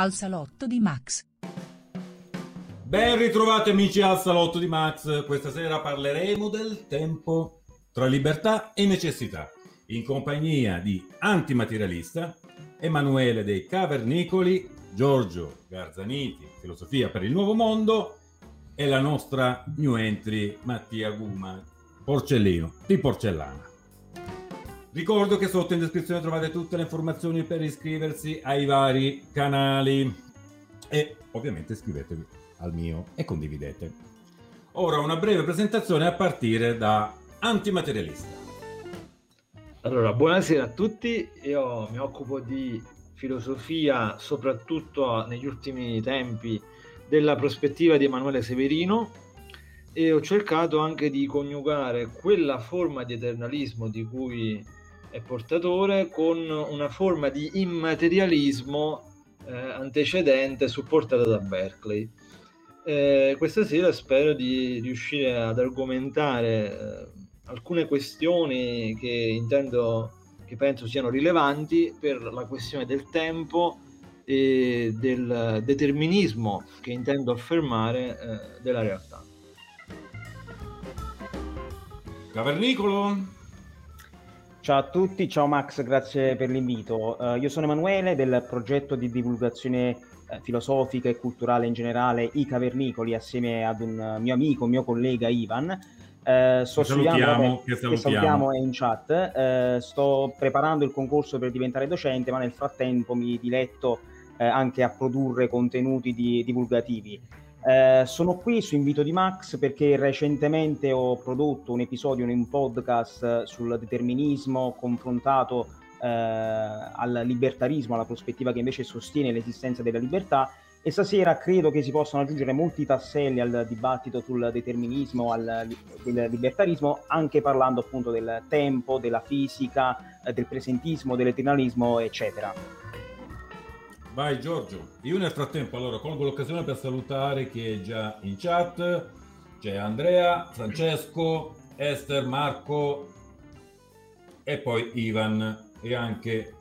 al salotto di Max. Ben ritrovati amici al salotto di Max. Questa sera parleremo del tempo tra libertà e necessità, in compagnia di Antimaterialista, Emanuele dei Cavernicoli, Giorgio Garzaniti, Filosofia per il Nuovo Mondo, e la nostra new entry Mattia Guma, Porcellino di Porcellana. Ricordo che sotto in descrizione trovate tutte le informazioni per iscriversi ai vari canali e ovviamente iscrivetevi al mio e condividete. Ora una breve presentazione a partire da Antimaterialista. Allora, buonasera a tutti. Io mi occupo di filosofia soprattutto negli ultimi tempi della prospettiva di Emanuele Severino e ho cercato anche di coniugare quella forma di eternalismo di cui è portatore con una forma di immaterialismo antecedente supportata da Berkeley. Questa sera spero di riuscire ad argomentare alcune questioni che penso siano rilevanti per la questione del tempo e del determinismo che intendo affermare della realtà. Cavernicolo. Ciao a tutti, ciao Max, grazie per l'invito. Io sono Emanuele del progetto di divulgazione filosofica e culturale in generale I Cavernicoli, assieme ad un mio amico, un mio collega Ivan. Sto studiando, che salutiamo, è in chat. Sto preparando il concorso per diventare docente, ma nel frattempo mi diletto anche a produrre contenuti divulgativi. Sono qui su invito di Max perché recentemente ho prodotto un episodio in un podcast sul determinismo confrontato al libertarismo, alla prospettiva che invece sostiene l'esistenza della libertà, e stasera credo che si possano aggiungere molti tasselli al dibattito sul determinismo, del libertarismo, anche parlando appunto del tempo, della fisica, del presentismo, dell'eternalismo, eccetera. Vai Giorgio. Io nel frattempo allora colgo l'occasione per salutare chi è già in chat. C'è Andrea, Francesco, Esther, Marco e poi Ivan e anche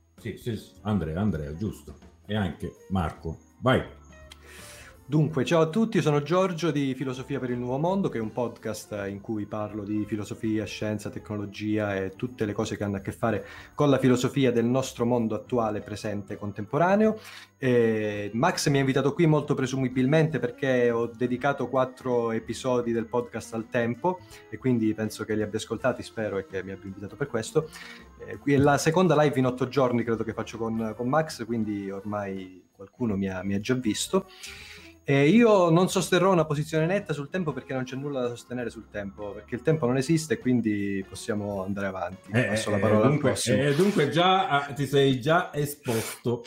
Andrea, giusto, e anche Marco. Vai. Dunque, ciao a tutti, sono Giorgio di Filosofia per il Nuovo Mondo, che è un podcast in cui parlo di filosofia, scienza, tecnologia e tutte le cose che hanno a che fare con la filosofia del nostro mondo attuale, presente e contemporaneo. Max mi ha invitato qui molto presumibilmente perché ho dedicato 4 episodi del podcast al tempo e quindi penso che li abbia ascoltati, spero, e che mi abbia invitato per questo. Qui è la seconda live in 8 giorni, credo, che faccio con Max, quindi ormai qualcuno mi ha già visto. Io non sosterrò una posizione netta sul tempo perché non c'è nulla da sostenere sul tempo, perché il tempo non esiste e quindi possiamo andare avanti. Passo la parola al prossimo. Dunque già ti sei già esposto.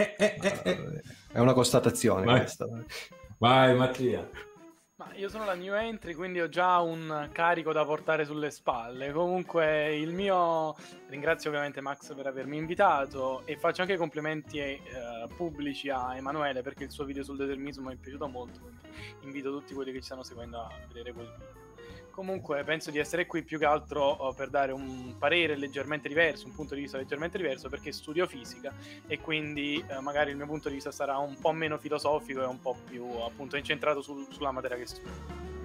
È una constatazione. Vai. Questa. Vai Mattia. Ma io sono la new entry, quindi ho già un carico da portare sulle spalle. Comunque ringrazio ovviamente Max per avermi invitato e faccio anche complimenti pubblici a Emanuele perché il suo video sul determinismo mi è piaciuto molto, quindi invito tutti quelli che ci stanno seguendo a vedere quel video. Comunque penso di essere qui più che altro per dare un parere leggermente diverso, un punto di vista leggermente diverso, perché studio fisica e quindi magari il mio punto di vista sarà un po' meno filosofico e un po' più appunto incentrato sulla materia che studio.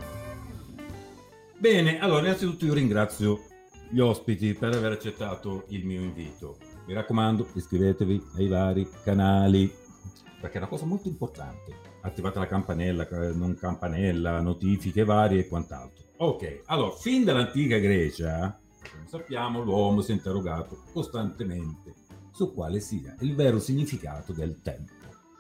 Bene, allora innanzitutto io ringrazio gli ospiti per aver accettato il mio invito. Mi raccomando, iscrivetevi ai vari canali, perché è una cosa molto importante. Attivate la campanella, non campanella, notifiche varie e quant'altro. Ok, allora, fin dall'antica Grecia, come sappiamo, l'uomo si è interrogato costantemente su quale sia il vero significato del tempo.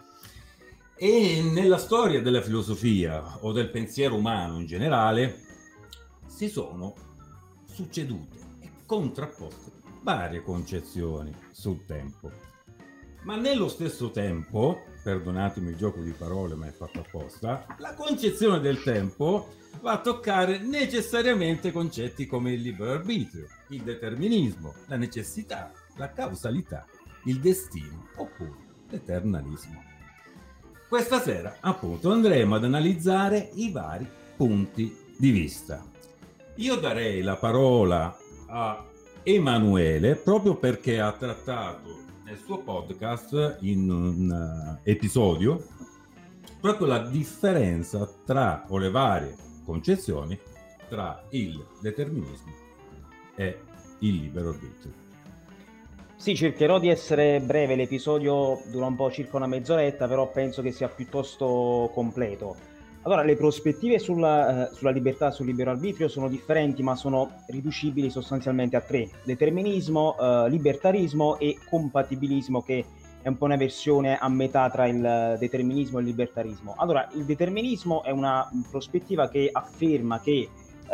E nella storia della filosofia o del pensiero umano in generale si sono succedute e contrapposte varie concezioni sul tempo. Ma nello stesso tempo, perdonatemi il gioco di parole ma è fatto apposta, la concezione del tempo va a toccare necessariamente concetti come il libero arbitrio, il determinismo, la necessità, la causalità, il destino oppure l'eternalismo. Questa sera appunto andremo ad analizzare i vari punti di vista. Io darei la parola a Emanuele proprio perché ha trattato nel suo podcast, in un episodio, proprio la differenza tra, o le varie concezioni, tra il determinismo e il libero arbitrio. Sì, cercherò di essere breve, l'episodio dura un po' circa una mezz'oretta, però penso che sia piuttosto completo. Allora, le prospettive sulla libertà, sul libero arbitrio sono differenti, ma sono riducibili sostanzialmente a tre: determinismo, libertarismo e compatibilismo, che è un po' una versione a metà tra il determinismo e il libertarismo. Allora, il determinismo è una prospettiva che afferma che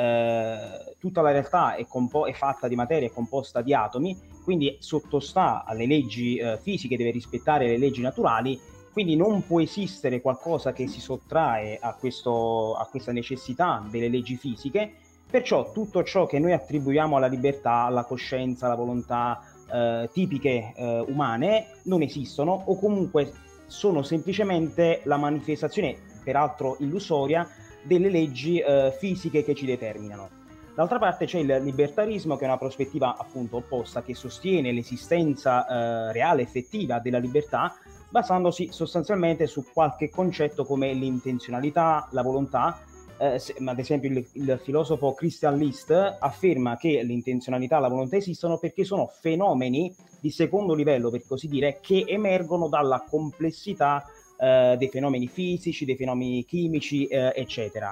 tutta la realtà è fatta di materia, è composta di atomi, quindi sottostà alle leggi fisiche, deve rispettare le leggi naturali, quindi non può esistere qualcosa che si sottrae a questa necessità delle leggi fisiche. Perciò tutto ciò che noi attribuiamo alla libertà, alla coscienza, alla volontà tipiche umane non esistono, o comunque sono semplicemente la manifestazione, peraltro illusoria, delle leggi fisiche che ci determinano. D'altra parte c'è il libertarismo, che è una prospettiva appunto opposta, che sostiene l'esistenza reale, effettiva della libertà, basandosi sostanzialmente su qualche concetto come l'intenzionalità, la volontà. Ad esempio il filosofo Christian List afferma che l'intenzionalità e la volontà esistono perché sono fenomeni di secondo livello, per così dire, che emergono dalla complessità dei fenomeni fisici, dei fenomeni chimici, eccetera.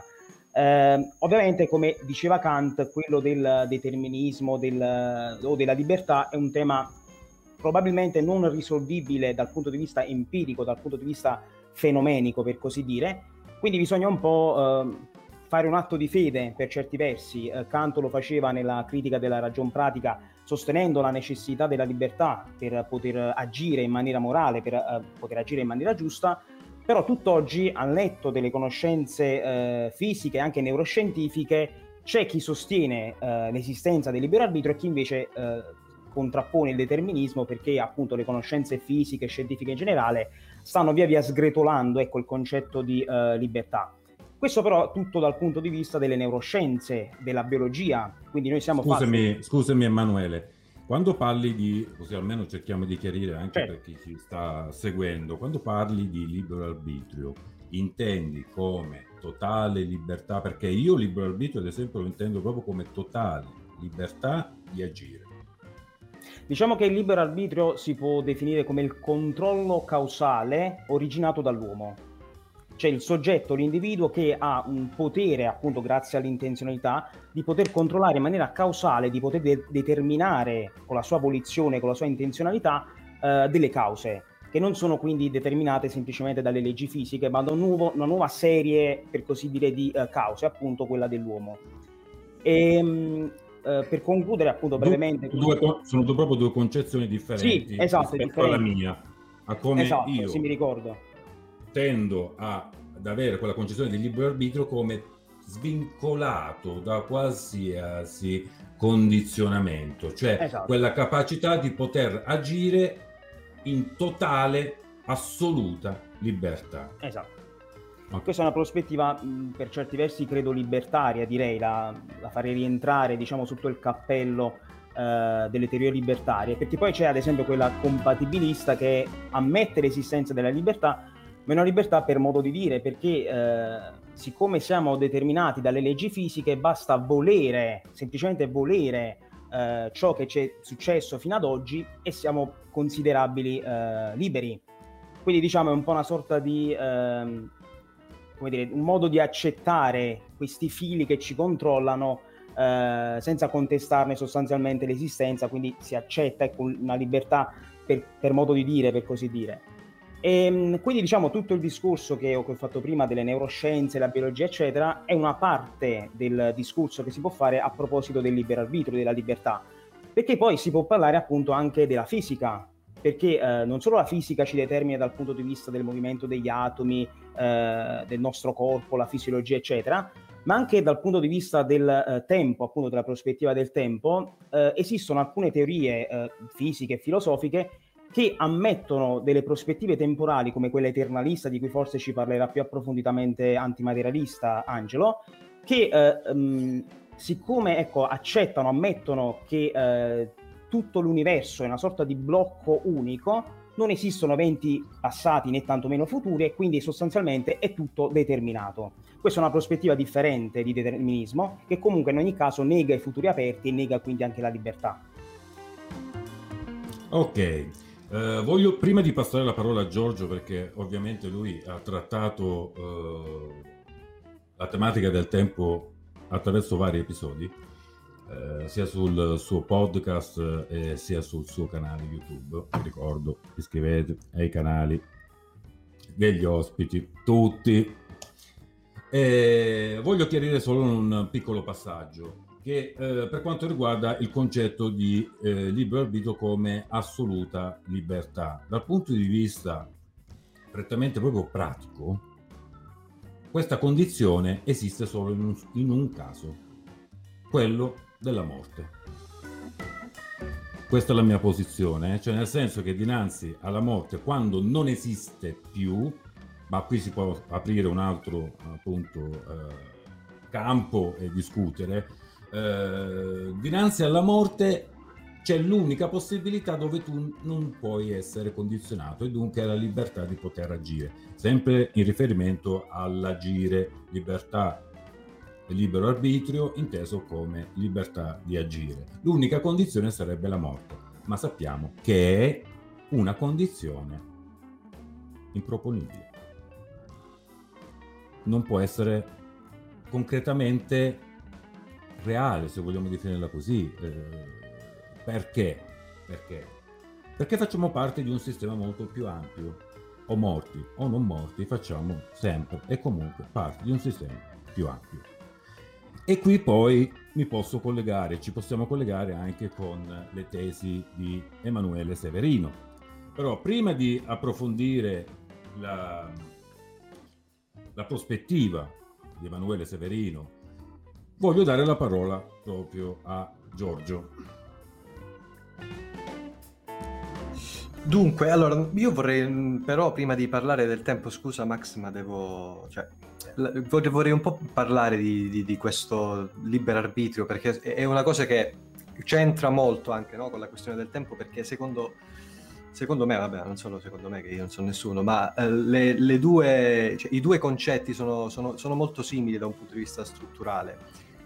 Ovviamente, come diceva Kant, quello del determinismo o della libertà è un tema probabilmente non risolvibile dal punto di vista empirico, dal punto di vista fenomenico, per così dire. Quindi bisogna un po' fare un atto di fede per certi versi. Kant lo faceva nella critica della ragion pratica, sostenendo la necessità della libertà per poter agire in maniera morale, per poter agire in maniera giusta. Però tutt'oggi, al netto delle conoscenze fisiche e anche neuroscientifiche, c'è chi sostiene l'esistenza del libero arbitrio e chi invece contrappone il determinismo, perché appunto le conoscenze fisiche e scientifiche in generale stanno via via sgretolando, ecco, il concetto di libertà. Questo però tutto dal punto di vista delle neuroscienze, della biologia. Quindi noi siamo Scusami Emanuele, quando parli di, così almeno cerchiamo di chiarire anche per chi ci sta seguendo, quando parli di libero arbitrio, intendi come totale libertà? Perché io libero arbitrio, ad esempio, lo intendo proprio come totale libertà di agire. Diciamo che il libero arbitrio si può definire come il controllo causale originato dall'uomo. C'è il soggetto, l'individuo, che ha un potere, appunto grazie all'intenzionalità, di poter controllare in maniera causale, di poter determinare con la sua volizione, con la sua intenzionalità, delle cause, che non sono quindi determinate semplicemente dalle leggi fisiche, ma da una nuova serie, per così dire, di cause, appunto quella dell'uomo. Per concludere appunto brevemente... Sono proprio due concezioni differenti, sì, esatto, rispetto alla mia, a come esatto, io sì, mi ricordo. Tendo ad avere quella concezione di libero arbitrio come svincolato da qualsiasi condizionamento, cioè esatto, quella capacità di poter agire in totale, assoluta libertà. Esatto. Okay. Questa è una prospettiva per certi versi credo libertaria, direi, la farei rientrare, diciamo, sotto il cappello delle teorie libertarie, perché poi c'è ad esempio quella compatibilista che ammette l'esistenza della libertà, ma è una libertà per modo di dire, perché siccome siamo determinati dalle leggi fisiche, basta volere, semplicemente volere ciò che ci è successo fino ad oggi e siamo considerabili liberi. Quindi diciamo è un po' una sorta di come dire, un modo di accettare questi fili che ci controllano senza contestarne sostanzialmente l'esistenza, quindi si accetta, ecco, una libertà per modo di dire, per così dire. E quindi diciamo tutto il discorso che ho fatto prima delle neuroscienze, la biologia eccetera è una parte del discorso che si può fare a proposito del libero arbitrio, della libertà, perché poi si può parlare appunto anche della fisica, perché non solo la fisica ci determina dal punto di vista del movimento degli atomi, del nostro corpo, la fisiologia eccetera, ma anche dal punto di vista del tempo, appunto della prospettiva del tempo. Esistono alcune teorie fisiche e filosofiche che ammettono delle prospettive temporali come quella eternalista, di cui forse ci parlerà più approfonditamente antimaterialista Angelo, che siccome ecco, ammettono che tutto l'universo è una sorta di blocco unico, non esistono eventi passati né tantomeno futuri, e quindi sostanzialmente è tutto determinato. Questa è una prospettiva differente di determinismo, che comunque in ogni caso nega i futuri aperti e nega quindi anche la libertà. Ok, voglio prima di passare la parola a Giorgio, perché ovviamente lui ha trattato la tematica del tempo attraverso vari episodi, sia sul suo podcast sia sul suo canale YouTube. Vi ricordo, iscrivetevi ai canali degli ospiti, tutti. Voglio chiarire solo un piccolo passaggio che per quanto riguarda il concetto di libero arbitrio come assoluta libertà. Dal punto di vista prettamente proprio pratico, questa condizione esiste solo in un caso, quello della morte. Questa è la mia posizione, cioè nel senso che dinanzi alla morte, quando non esiste più, ma qui si può aprire un altro appunto campo e discutere, dinanzi alla morte c'è l'unica possibilità dove tu non puoi essere condizionato, e dunque è la libertà di poter agire, sempre in riferimento all'agire, libertà e libero arbitrio inteso come libertà di agire. L'unica condizione sarebbe la morte, ma sappiamo che è una condizione improponibile, non può essere concretamente reale, se vogliamo definirla così. Perché? Perché facciamo parte di un sistema molto più ampio, o morti o non morti, facciamo sempre e comunque parte di un sistema più ampio. E qui poi ci possiamo collegare anche con le tesi di Emanuele Severino. Però prima di approfondire la prospettiva di Emanuele Severino, voglio dare la parola proprio a Giorgio. Dunque, allora, io vorrei, però, prima di parlare del tempo, scusa Max, ma vorrei un po' parlare di questo libero arbitrio, perché è una cosa che c'entra molto anche, no, con la questione del tempo, perché secondo me, vabbè, non solo secondo me, che io non so nessuno, ma i due concetti sono molto simili da un punto di vista strutturale.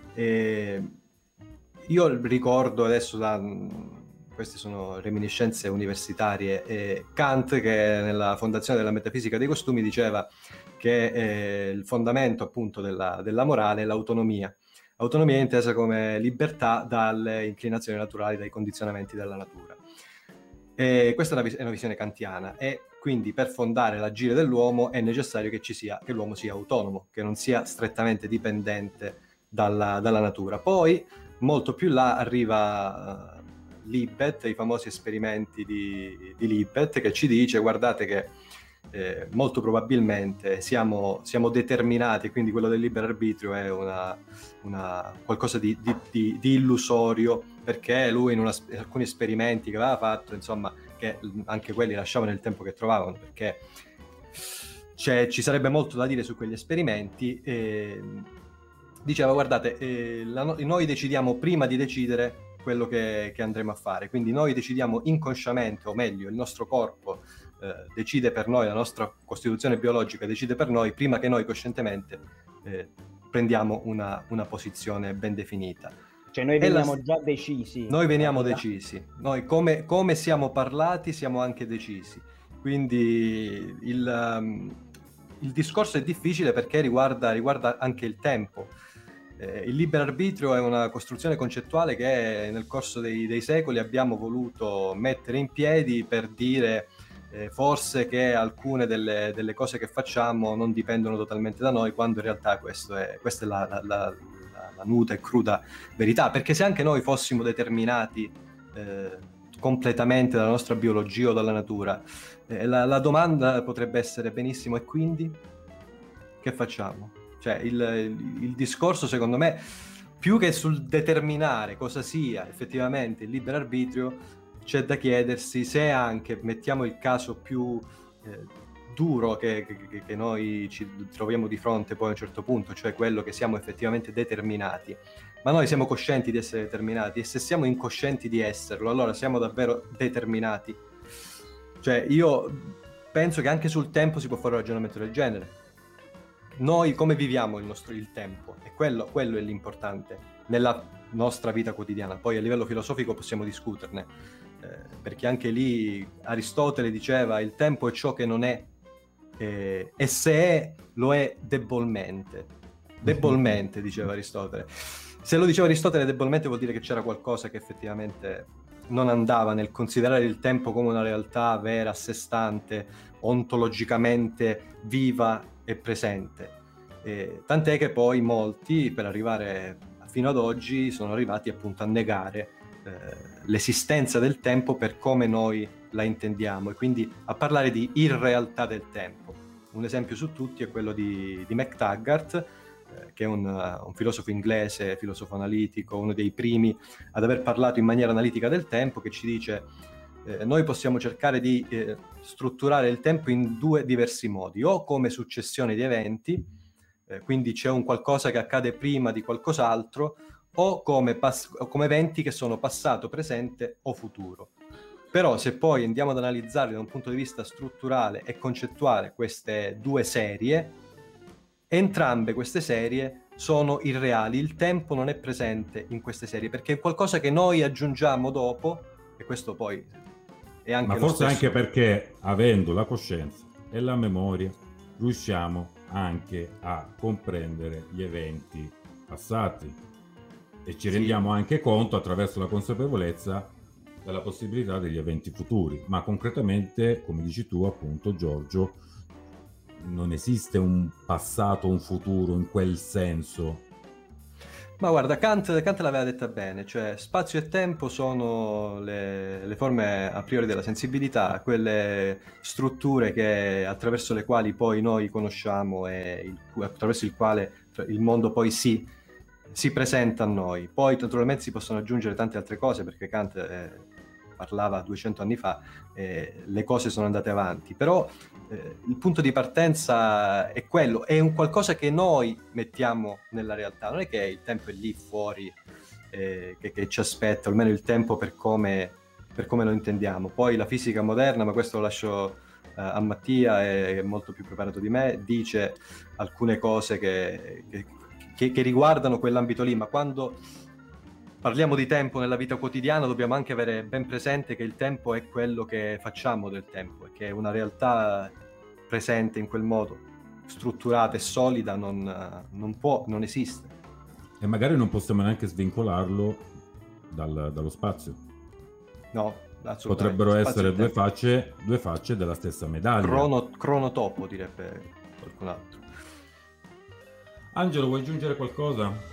Io ricordo adesso, queste sono reminiscenze universitarie, Kant, che nella fondazione della metafisica dei costumi diceva che il fondamento appunto della morale è l'autonomia. Autonomia è intesa come libertà dalle inclinazioni naturali, dai condizionamenti della natura. Questa è una visione kantiana, e quindi per fondare l'agire dell'uomo è necessario che l'uomo sia autonomo, che non sia strettamente dipendente dalla natura. Poi molto più là arriva Libet, i famosi esperimenti di Libet, che ci dice: guardate che molto probabilmente siamo determinati, e quindi quello del libero arbitrio è qualcosa di illusorio, perché lui in alcuni esperimenti che aveva fatto, insomma, che anche quelli lasciavano il tempo che trovavano, perché ci sarebbe molto da dire su quegli esperimenti, diceva: guardate, noi decidiamo prima di decidere quello che andremo a fare, quindi noi decidiamo inconsciamente, o meglio il nostro corpo decide per noi, la nostra costituzione biologica decide per noi, prima che noi coscientemente prendiamo una posizione ben definita. Cioè noi veniamo già decisi. Noi veniamo decisi, noi come siamo parlati siamo anche decisi, quindi il discorso è difficile perché riguarda anche il tempo. Il libero arbitrio è una costruzione concettuale che nel corso dei secoli abbiamo voluto mettere in piedi per dire forse che alcune delle cose che facciamo non dipendono totalmente da noi, quando in realtà questa è la nuda e cruda verità, perché se anche noi fossimo determinati completamente dalla nostra biologia o dalla natura, la domanda potrebbe essere: benissimo, e quindi che facciamo? Cioè il discorso, secondo me, più che sul determinare cosa sia effettivamente il libero arbitrio, c'è da chiedersi se anche, mettiamo il caso più duro che noi ci troviamo di fronte poi a un certo punto, cioè quello che siamo effettivamente determinati, ma noi siamo coscienti di essere determinati, e se siamo incoscienti di esserlo, allora siamo davvero determinati. Cioè, io penso che anche sul tempo si può fare un ragionamento del genere. Noi come viviamo il tempo? E quello è l'importante nella nostra vita quotidiana. Poi a livello filosofico possiamo discuterne, perché anche lì Aristotele diceva il tempo è ciò che non è, e se è, lo è debolmente, diceva Aristotele. Se lo diceva Aristotele debolmente vuol dire che c'era qualcosa che effettivamente non andava nel considerare il tempo come una realtà vera, a sé stante, ontologicamente viva e presente. Tant'è che poi molti, per arrivare fino ad oggi, sono arrivati appunto a negare l'esistenza del tempo per come noi la intendiamo, e quindi a parlare di irrealtà del tempo. Un esempio su tutti è quello di McTaggart, che è un filosofo inglese, filosofo analitico, uno dei primi ad aver parlato in maniera analitica del tempo, che ci dice noi possiamo cercare di strutturare il tempo in due diversi modi, o come successione di eventi, quindi c'è un qualcosa che accade prima di qualcos'altro, o come eventi che sono passato, presente o futuro. Però se poi andiamo ad analizzarli da un punto di vista strutturale e concettuale, queste due serie, entrambe queste serie sono irreali. Il tempo non è presente in queste serie perché è qualcosa che noi aggiungiamo dopo, e questo poi è anche... Ma forse anche perché, avendo la coscienza e la memoria, riusciamo anche a comprendere gli eventi passati e ci rendiamo anche conto, attraverso la consapevolezza, della possibilità degli eventi futuri. Ma concretamente, come dici tu appunto, Giorgio, non esiste un passato, un futuro in quel senso. Ma guarda, Kant l'aveva detta bene, cioè spazio e tempo sono le forme a priori della sensibilità, quelle strutture attraverso le quali poi noi conosciamo e attraverso il quale il mondo poi si presenta a noi. Poi naturalmente si possono aggiungere tante altre cose, perché Kant parlava 200 anni fa, le cose sono andate avanti, però il punto di partenza è quello, è un qualcosa che noi mettiamo nella realtà, non è che il tempo è lì fuori, che ci aspetta, almeno il tempo per come lo intendiamo. Poi la fisica moderna, ma questo lo lascio a Mattia, è molto più preparato di me, dice alcune cose che riguardano quell'ambito lì, ma quando parliamo di tempo nella vita quotidiana dobbiamo anche avere ben presente che il tempo è quello che facciamo del tempo, e che una realtà presente in quel modo, strutturata e solida, non esiste. E magari non possiamo neanche svincolarlo dallo spazio. No, assolutamente. Potrebbero essere due facce della stessa medaglia. Cronotopo, direbbe qualcun altro. Angelo, vuoi aggiungere qualcosa?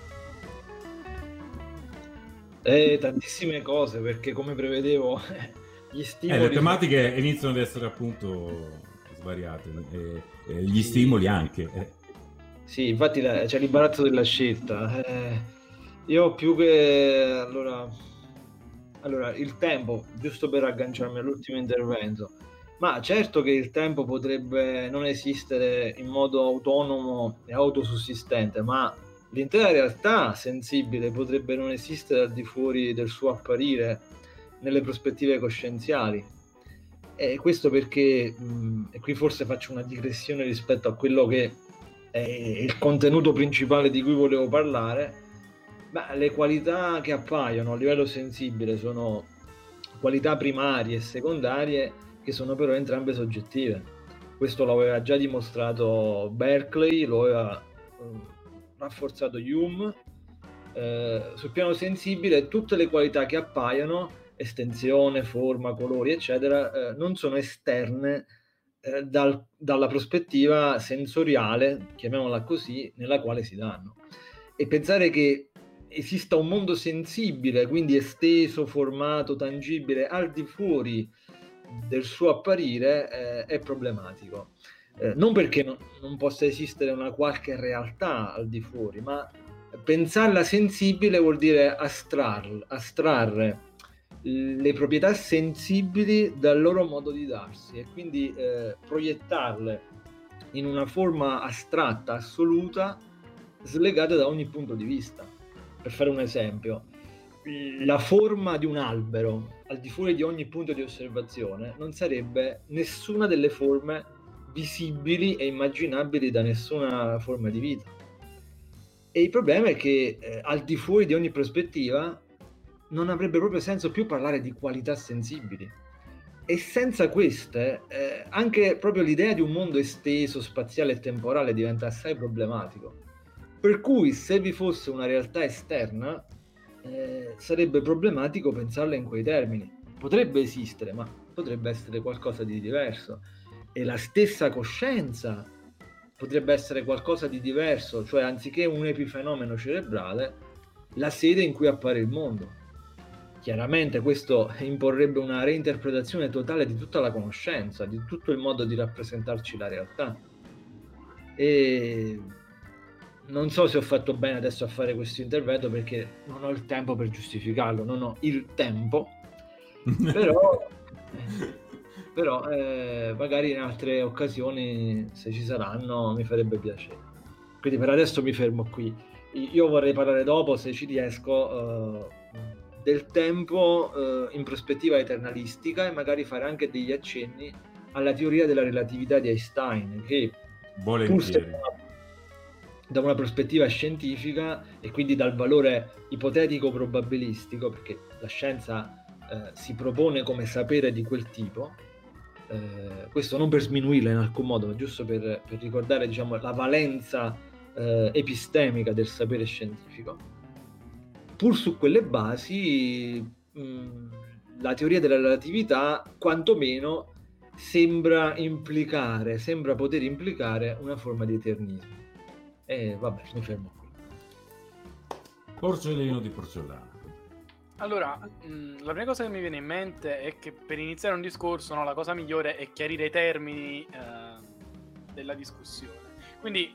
Tantissime cose, perché come prevedevo gli stimoli... Le tematiche iniziano ad essere appunto svariate, e gli stimoli anche. Sì, infatti c'è l'imbarazzo della scelta. Io più che... Allora, il tempo, giusto per agganciarmi all'ultimo intervento, ma certo che il tempo potrebbe non esistere in modo autonomo e autosussistente, ma l'intera realtà sensibile potrebbe non esistere al di fuori del suo apparire nelle prospettive coscienziali. E questo perché, e qui forse faccio una digressione rispetto a quello che è il contenuto principale di cui volevo parlare, ma le qualità che appaiono a livello sensibile sono qualità primarie e secondarie, che sono però entrambe soggettive. Questo lo aveva già dimostrato Berkeley, lo aveva rafforzato Hume. Sul piano sensibile tutte le qualità che appaiono, estensione, forma, colori eccetera, non sono esterne dalla prospettiva sensoriale, chiamiamola così, nella quale si danno. E pensare che esista un mondo sensibile, quindi esteso, formato, tangibile, al di fuori del suo apparire è problematico. Non perché non possa esistere una qualche realtà al di fuori, ma pensarla sensibile vuol dire astrarre le proprietà sensibili dal loro modo di darsi, e quindi proiettarle in una forma astratta, assoluta, slegata da ogni punto di vista. per fare un esempio, la forma di un albero al di fuori di ogni punto di osservazione non sarebbe nessuna delle forme visibili e immaginabili da nessuna forma di vita. E il problema è che al di fuori di ogni prospettiva non avrebbe proprio senso più parlare di qualità sensibili. E senza queste anche proprio l'idea di un mondo esteso, spaziale e temporale diventa assai problematico. Per cui se vi fosse una realtà esterna sarebbe problematico pensarla in quei termini. Potrebbe esistere, ma potrebbe essere qualcosa di diverso. E la stessa coscienza potrebbe essere qualcosa di diverso, cioè anziché un epifenomeno cerebrale, la sede in cui appare il mondo. Chiaramente questo imporrebbe una reinterpretazione totale di tutta la conoscenza, di tutto il modo di rappresentarci la realtà. E non so se ho fatto bene adesso a fare questo intervento perché non ho il tempo per giustificarlo, non ho il tempo, però magari in altre occasioni, se ci saranno, mi farebbe piacere. Quindi per adesso mi fermo qui. Io vorrei parlare dopo, se ci riesco, del tempo in prospettiva eternalistica e magari fare anche degli accenni alla teoria della relatività di Einstein, che volentieri, da una prospettiva scientifica e quindi dal valore ipotetico probabilistico, perché la scienza si propone come sapere di quel tipo, questo non per sminuirla in alcun modo, ma giusto per ricordare, diciamo, la valenza epistemica del sapere scientifico. Pur su quelle basi la teoria della relatività quantomeno sembra poter implicare una forma di eternismo. E vabbè, mi fermo qui. Porcellino di porcellana. Allora, la prima cosa che mi viene in mente è che per iniziare un discorso, no, la cosa migliore è chiarire i termini della discussione. Quindi,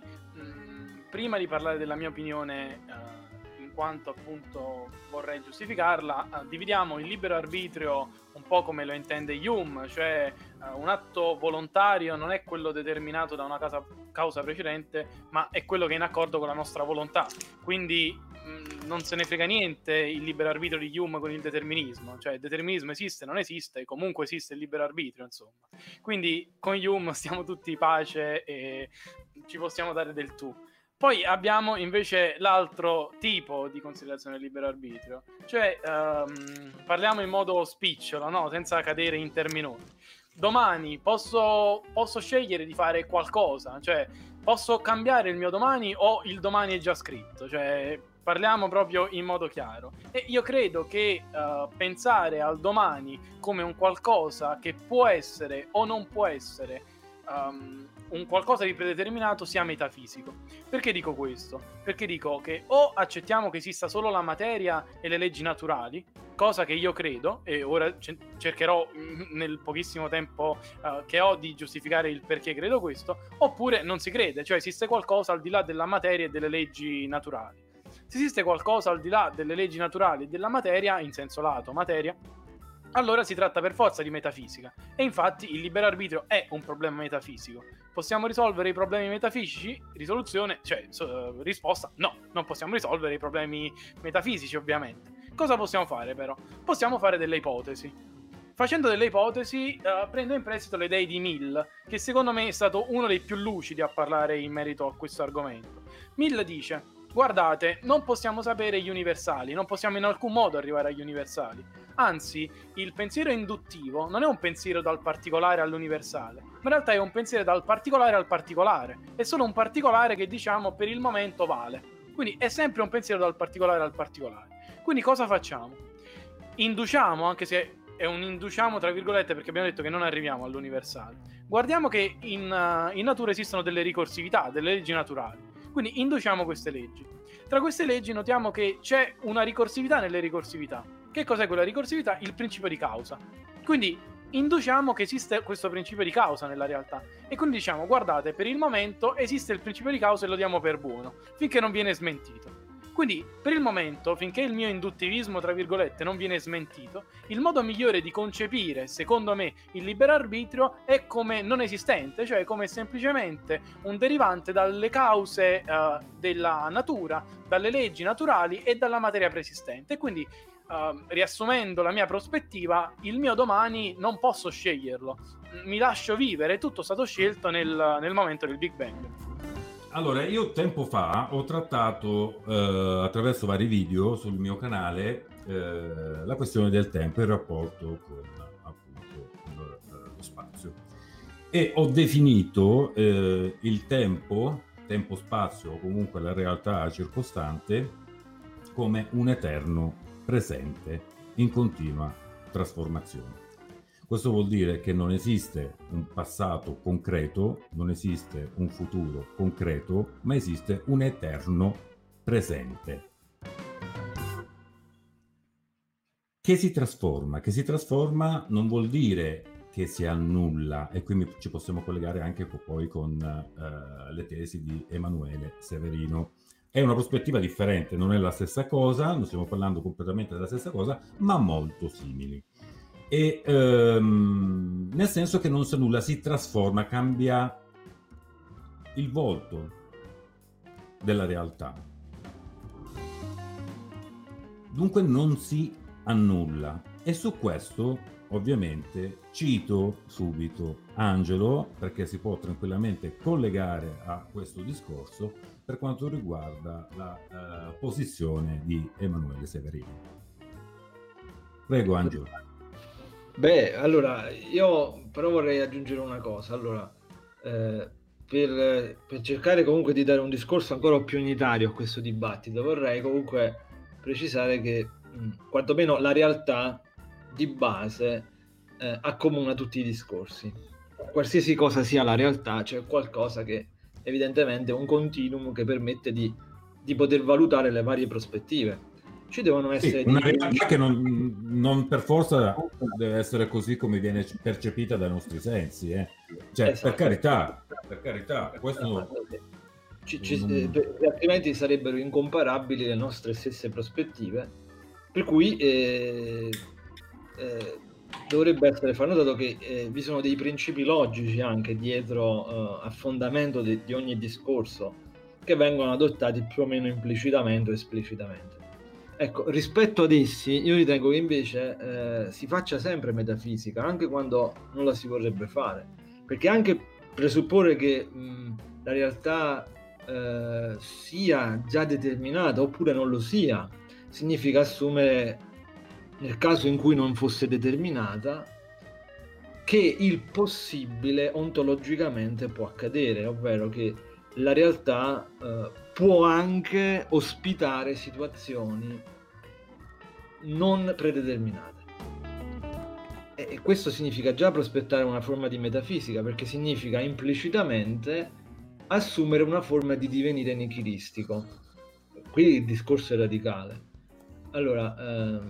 prima di parlare della mia opinione, in quanto appunto vorrei giustificarla, dividiamo il libero arbitrio un po' come lo intende Hume, cioè un atto volontario non è quello determinato da una causa precedente, ma è quello che è in accordo con la nostra volontà. Quindi non se ne frega niente il libero arbitrio di Hume con il determinismo, cioè il determinismo esiste, non esiste, comunque esiste il libero arbitrio, insomma. Quindi con Hume stiamo tutti in pace e ci possiamo dare del tu. Poi abbiamo invece l'altro tipo di considerazione del libero arbitrio, cioè parliamo in modo spicciolo, no? Senza cadere in terminoni. Domani posso scegliere di fare qualcosa, cioè posso cambiare il mio domani o il domani è già scritto, cioè parliamo proprio in modo chiaro. E io credo che pensare al domani come un qualcosa che può essere o non può essere un qualcosa di predeterminato sia metafisico. Perché dico questo? Perché dico che o accettiamo che esista solo la materia e le leggi naturali, cosa che io credo, e ora cercherò nel pochissimo tempo che ho di giustificare il perché credo questo, oppure non si crede, cioè esiste qualcosa al di là della materia e delle leggi naturali. Se esiste qualcosa al di là delle leggi naturali e della materia, in senso lato materia, allora si tratta per forza di metafisica. E infatti il libero arbitrio è un problema metafisico. Possiamo risolvere i problemi metafisici? Risoluzione, cioè risposta, no, non possiamo risolvere i problemi metafisici, ovviamente. Cosa possiamo fare però? Possiamo fare delle ipotesi. Facendo delle ipotesi prendo in prestito le idee di Mill, che secondo me è stato uno dei più lucidi a parlare in merito a questo argomento. Mill dice: guardate, non possiamo sapere gli universali, non possiamo in alcun modo arrivare agli universali. Anzi, il pensiero induttivo non è un pensiero dal particolare all'universale, ma in realtà è un pensiero dal particolare al particolare. È solo un particolare che, diciamo, per il momento vale. Quindi è sempre un pensiero dal particolare al particolare. Quindi cosa facciamo? Induciamo, anche se è un induciamo tra virgolette perché abbiamo detto che non arriviamo all'universale. Guardiamo che in natura esistono delle ricorsività, delle leggi naturali. Quindi induciamo queste leggi. Tra queste leggi notiamo che c'è una ricorsività nelle ricorsività. Che cos'è quella ricorsività? Il principio di causa. Quindi induciamo che esiste questo principio di causa nella realtà. E quindi diciamo: guardate, per il momento esiste il principio di causa e lo diamo per buono, finché non viene smentito. Quindi, per il momento, finché il mio induttivismo, tra virgolette, non viene smentito, il modo migliore di concepire, secondo me, il libero arbitrio è come non esistente, cioè come semplicemente un derivante dalle cause della natura, dalle leggi naturali e dalla materia preesistente. Quindi, riassumendo la mia prospettiva, il mio domani non posso sceglierlo, mi lascio vivere, è tutto stato scelto nel momento del Big Bang. Allora, io tempo fa ho trattato attraverso vari video sul mio canale la questione del tempo e il rapporto con appunto lo spazio, e ho definito il tempo-spazio o comunque la realtà circostante come un eterno presente in continua trasformazione. Questo vuol dire che non esiste un passato concreto, non esiste un futuro concreto, ma esiste un eterno presente che si trasforma. Che si trasforma non vuol dire che si annulla, e qui ci possiamo collegare anche poi con le tesi di Emanuele Severino. È una prospettiva differente, non è la stessa cosa, non stiamo parlando completamente della stessa cosa, ma molto simili. E nel senso che non si annulla, si trasforma, cambia il volto della realtà. Dunque non si annulla. E su questo ovviamente cito subito Angelo, perché si può tranquillamente collegare a questo discorso per quanto riguarda la posizione di Emanuele Severino. Prego Angelo. Beh, allora, io però vorrei aggiungere una cosa. Allora, per cercare comunque di dare un discorso ancora più unitario a questo dibattito, vorrei comunque precisare che quantomeno la realtà di base accomuna tutti i discorsi. Qualsiasi cosa sia la realtà, c'è qualcosa che evidentemente è un continuum che permette di poter valutare le varie prospettive. Ci devono essere una realtà che non per forza deve essere così come viene percepita dai nostri sensi, cioè esatto. per carità, questo altrimenti sarebbero incomparabili le nostre stesse prospettive, per cui dovrebbe essere notato che vi sono dei principi logici anche dietro a fondamento di ogni discorso, che vengono adottati più o meno implicitamente o esplicitamente. Ecco, rispetto ad essi, io ritengo che invece si faccia sempre metafisica, anche quando non la si vorrebbe fare, perché anche presupporre che la realtà sia già determinata oppure non lo sia, significa assumere, nel caso in cui non fosse determinata, che il possibile ontologicamente può accadere, ovvero che la realtà può anche ospitare situazioni non predeterminate. E questo significa già prospettare una forma di metafisica, perché significa implicitamente assumere una forma di divenire nichilistico. Qui il discorso è radicale. Allora,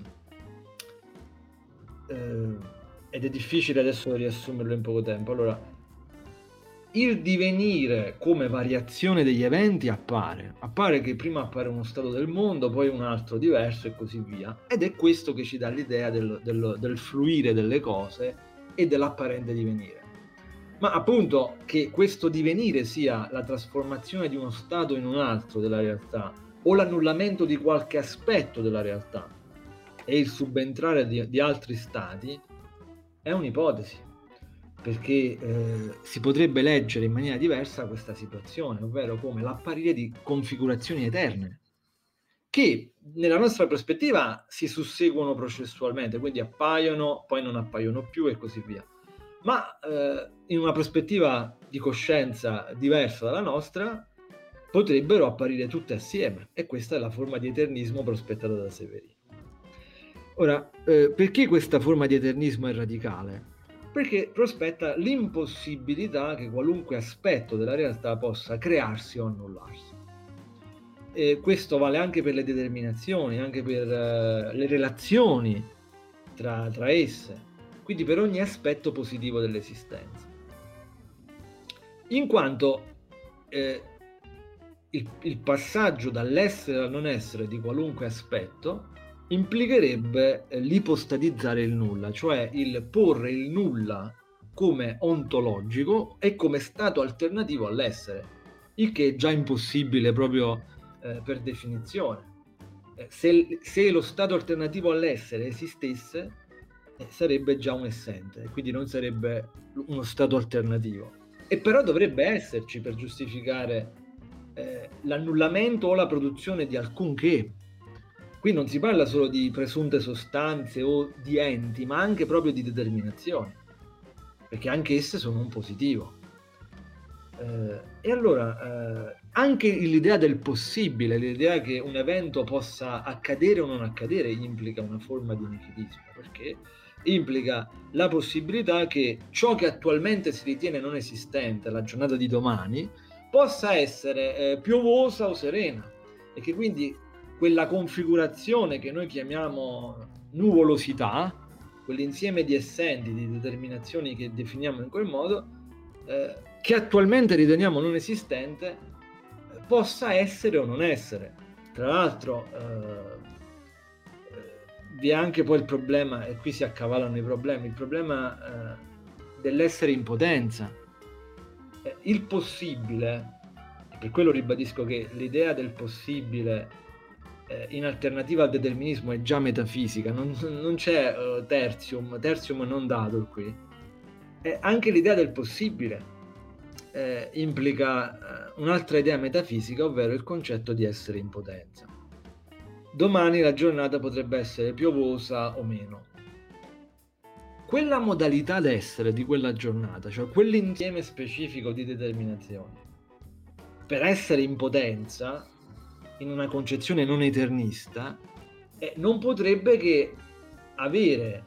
ed è difficile adesso riassumerlo in poco tempo. Allora, il divenire come variazione degli eventi appare che prima appare uno stato del mondo, poi un altro diverso e così via, ed è questo che ci dà l'idea del fluire delle cose e dell'apparente divenire. Ma appunto che questo divenire sia la trasformazione di uno stato in un altro della realtà o l'annullamento di qualche aspetto della realtà e il subentrare di altri stati è un'ipotesi, perché si potrebbe leggere in maniera diversa questa situazione, ovvero come l'apparire di configurazioni eterne che nella nostra prospettiva si susseguono processualmente, quindi appaiono, poi non appaiono più e così via, ma in una prospettiva di coscienza diversa dalla nostra potrebbero apparire tutte assieme, e questa è la forma di eternismo prospettata da Severino. Ora, perché questa forma di eternismo è radicale? Perché prospetta l'impossibilità che qualunque aspetto della realtà possa crearsi o annullarsi. E questo vale anche per le determinazioni, anche per le relazioni tra esse, quindi per ogni aspetto positivo dell'esistenza. In quanto il passaggio dall'essere al non essere di qualunque aspetto implicherebbe l'ipostatizzare il nulla, cioè il porre il nulla come ontologico e come stato alternativo all'essere, il che è già impossibile proprio per definizione. Se lo stato alternativo all'essere esistesse, sarebbe già un essente, quindi non sarebbe uno stato alternativo. E però dovrebbe esserci per giustificare l'annullamento o la produzione di alcunché. Qui non si parla solo di presunte sostanze o di enti, ma anche proprio di determinazioni, perché anche esse sono un positivo. E allora anche l'idea del possibile, l'idea che un evento possa accadere o non accadere, implica una forma di nichilismo, perché implica la possibilità che ciò che attualmente si ritiene non esistente, la giornata di domani, possa essere piovosa o serena, e che quindi quella configurazione che noi chiamiamo nuvolosità, quell'insieme di essenti, di determinazioni che definiamo in quel modo, che attualmente riteniamo non esistente, possa essere o non essere. Tra l'altro vi è anche poi il problema, e qui si accavallano i problemi, il problema dell'essere in potenza. Il possibile, per quello ribadisco che l'idea del possibile in alternativa al determinismo è già metafisica, non c'è tertium non datur qui. Anche l'idea del possibile implica un'altra idea metafisica, ovvero il concetto di essere in potenza. Domani la giornata potrebbe essere piovosa o meno. Quella modalità d'essere di quella giornata, cioè quell'insieme specifico di determinazioni, per essere in potenza, in una concezione non eternista, non potrebbe che avere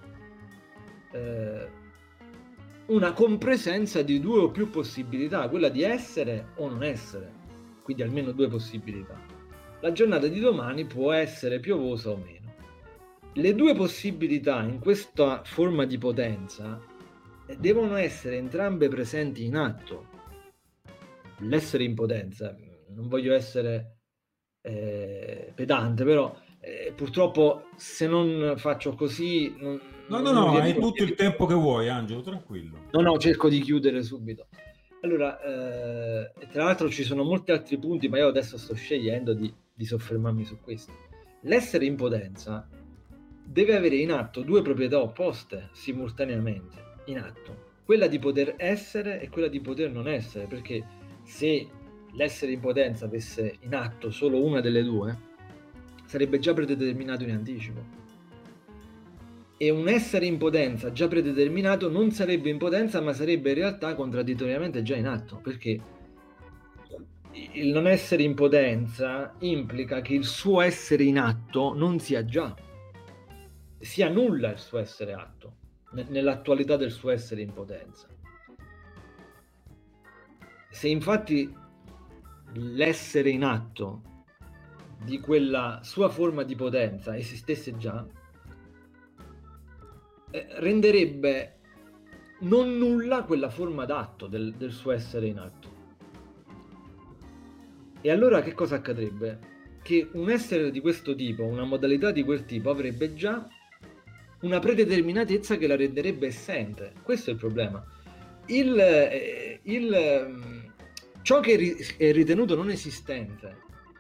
una compresenza di due o più possibilità, quella di essere o non essere, quindi almeno due possibilità. La giornata di domani può essere piovosa o meno. Le due possibilità in questa forma di potenza devono essere entrambe presenti in atto. L'essere in potenza, non voglio essere pedante, però purtroppo se non faccio così no, hai tutto il tempo che vuoi, Angelo, tranquillo. No, cerco di chiudere subito. Allora, tra l'altro ci sono molti altri punti, ma io adesso sto scegliendo di soffermarmi su questo. L'essere in potenza deve avere in atto due proprietà opposte simultaneamente in atto, quella di poter essere e quella di poter non essere, perché se l'essere in potenza avesse in atto solo una delle due, sarebbe già predeterminato in anticipo. E un essere in potenza già predeterminato non sarebbe in potenza, ma sarebbe in realtà contraddittoriamente già in atto, perché il non essere in potenza implica che il suo essere in atto non sia già, sia nulla il suo essere atto nell'attualità del suo essere in potenza. Se infatti l'essere in atto di quella sua forma di potenza esistesse già, renderebbe non nulla quella forma d'atto del suo essere in atto. E allora che cosa accadrebbe? Che un essere di questo tipo, una modalità di quel tipo, avrebbe già una predeterminatezza che la renderebbe essente. Questo è il problema. Ciò che è ritenuto non esistente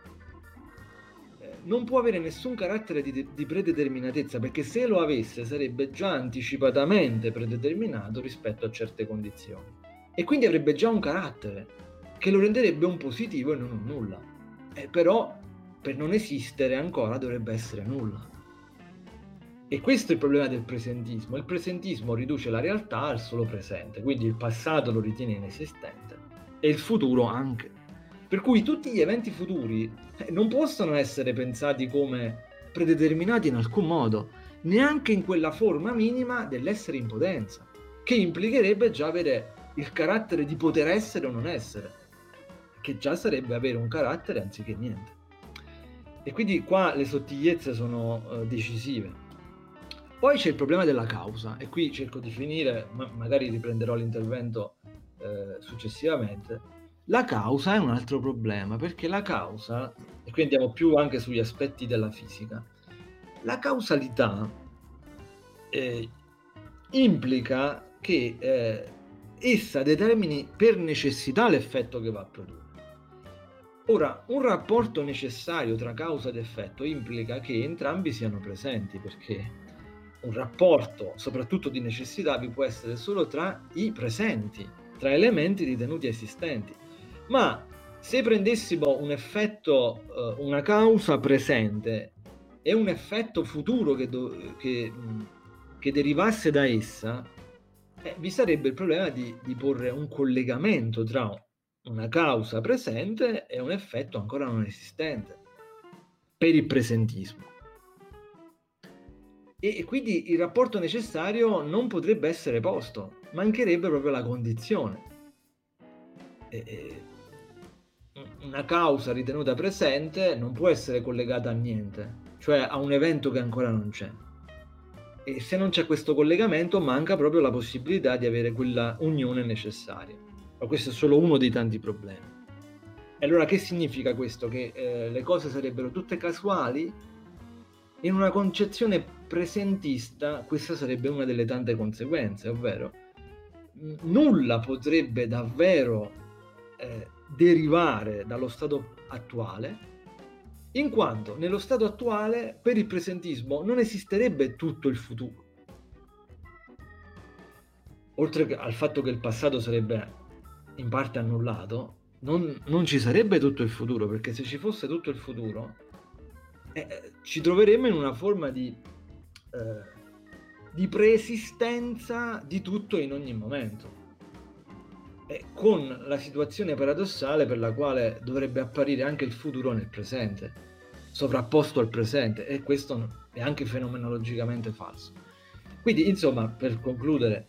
non può avere nessun carattere di predeterminatezza, perché se lo avesse sarebbe già anticipatamente predeterminato rispetto a certe condizioni, e quindi avrebbe già un carattere che lo renderebbe un positivo e non un nulla. Però per non esistere ancora dovrebbe essere nulla. E questo è il problema del presentismo. Il presentismo riduce la realtà al solo presente, quindi il passato lo ritiene inesistente e il futuro anche. Per cui tutti gli eventi futuri non possono essere pensati come predeterminati in alcun modo, neanche in quella forma minima dell'essere in potenza, che implicherebbe già avere il carattere di poter essere o non essere, che già sarebbe avere un carattere anziché niente. E quindi qua le sottigliezze sono decisive. Poi c'è il problema della causa, e qui cerco di finire, magari riprenderò l'intervento successivamente. La causa è un altro problema, perché la causa, e qui andiamo più anche sugli aspetti della fisica, la causalità implica che essa determini per necessità l'effetto che va a produrre. Ora, un rapporto necessario tra causa ed effetto implica che entrambi siano presenti, perché un rapporto, soprattutto di necessità, vi può essere solo tra i presenti, tra elementi ritenuti esistenti. Ma se prendessimo un effetto, una causa presente e un effetto futuro che derivasse da essa, vi sarebbe il problema di porre un collegamento tra una causa presente e un effetto ancora non esistente per il presentismo. E quindi il rapporto necessario non potrebbe essere posto, mancherebbe proprio la condizione. Una causa ritenuta presente non può essere collegata a niente, cioè a un evento che ancora non c'è. E se non c'è questo collegamento, manca proprio la possibilità di avere quella unione necessaria. Ma questo è solo uno dei tanti problemi. E allora che significa questo? Che le cose sarebbero tutte casuali? In una concezione presentista questa sarebbe una delle tante conseguenze, ovvero nulla potrebbe davvero derivare dallo stato attuale, in quanto nello stato attuale per il presentismo non esisterebbe tutto il futuro. Oltre al fatto che il passato sarebbe in parte annullato, non ci sarebbe tutto il futuro, perché se ci fosse tutto il futuro ci troveremmo in una forma di preesistenza di tutto in ogni momento, con la situazione paradossale per la quale dovrebbe apparire anche il futuro nel presente, sovrapposto al presente, e questo è anche fenomenologicamente falso. Quindi, insomma, per concludere,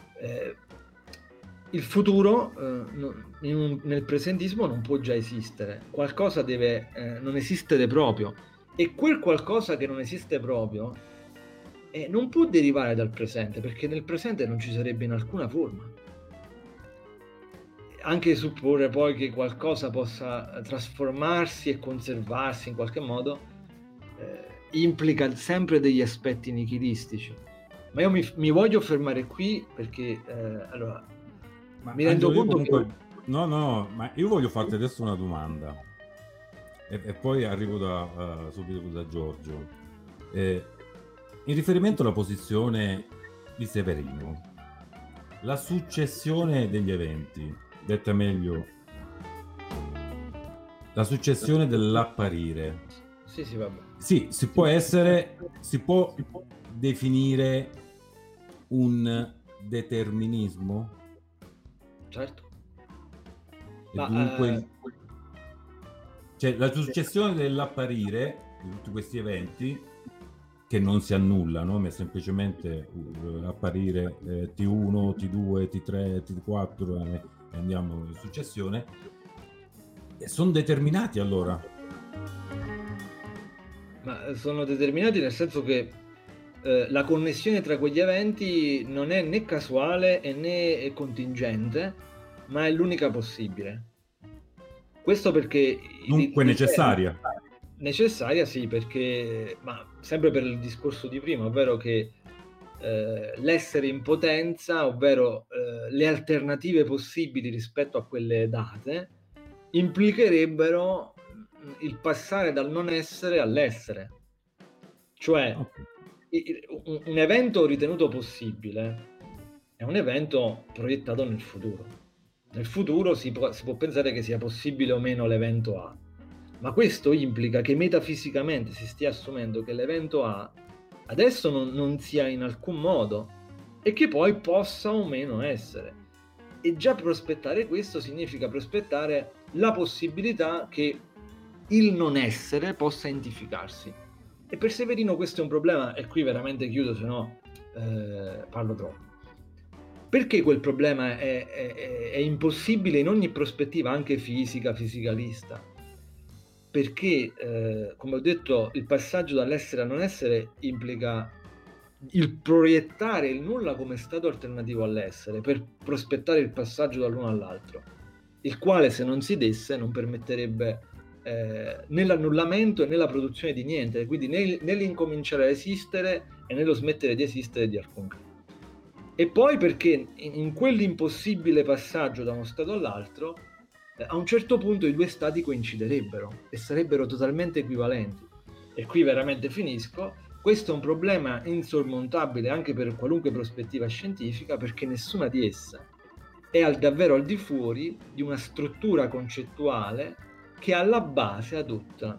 il futuro nel presentismo non può già esistere, qualcosa deve non esistere proprio, e quel qualcosa che non esiste proprio non può derivare dal presente, perché nel presente non ci sarebbe in alcuna forma. Anche supporre poi che qualcosa possa trasformarsi e conservarsi in qualche modo implica sempre degli aspetti nichilistici. Ma io mi voglio fermare qui perché allora mi rendo conto comunque, che... No, ma io voglio farti adesso una domanda e poi arrivo subito da Giorgio. In riferimento alla posizione di Severino, la successione degli eventi, detta meglio, la successione dell'apparire. Sì, vabbè. Sì, si può definire un determinismo? Certo. E dunque, cioè, la successione dell'apparire di tutti questi eventi che non si annullano, ma semplicemente apparire T1, T2, T3, T4 e andiamo in successione, sono determinati allora? Ma sono determinati nel senso che la connessione tra quegli eventi non è né casuale né contingente, ma è l'unica possibile. Questo perché... Dunque necessaria. Necessaria, sì, perché, ma sempre per il discorso di prima, ovvero che l'essere in potenza, ovvero le alternative possibili rispetto a quelle date, implicherebbero il passare dal non essere all'essere. Cioè, un evento ritenuto possibile è un evento proiettato nel futuro. Nel futuro si può pensare che sia possibile o meno l'evento A, ma questo implica che metafisicamente si stia assumendo che l'evento A adesso non sia in alcun modo e che poi possa o meno essere. E già prospettare questo significa prospettare la possibilità che il non essere possa identificarsi. E per Severino questo è un problema, e qui veramente chiudo, se no parlo troppo. Perché quel problema è impossibile in ogni prospettiva, anche fisicalista? Perché, come ho detto, il passaggio dall'essere a non essere implica il proiettare il nulla come stato alternativo all'essere per prospettare il passaggio dall'uno all'altro. il quale, se non si desse, non permetterebbe né l'annullamento né la produzione di niente, quindi né l'incominciare a esistere e nello smettere di esistere di alcunché. E poi perché in quell'impossibile passaggio da uno stato all'altro, a un certo punto i due stati coinciderebbero e sarebbero totalmente equivalenti. E qui veramente finisco. Questo è un problema insormontabile anche per qualunque prospettiva scientifica, perché nessuna di esse è davvero al di fuori di una struttura concettuale che alla base adotta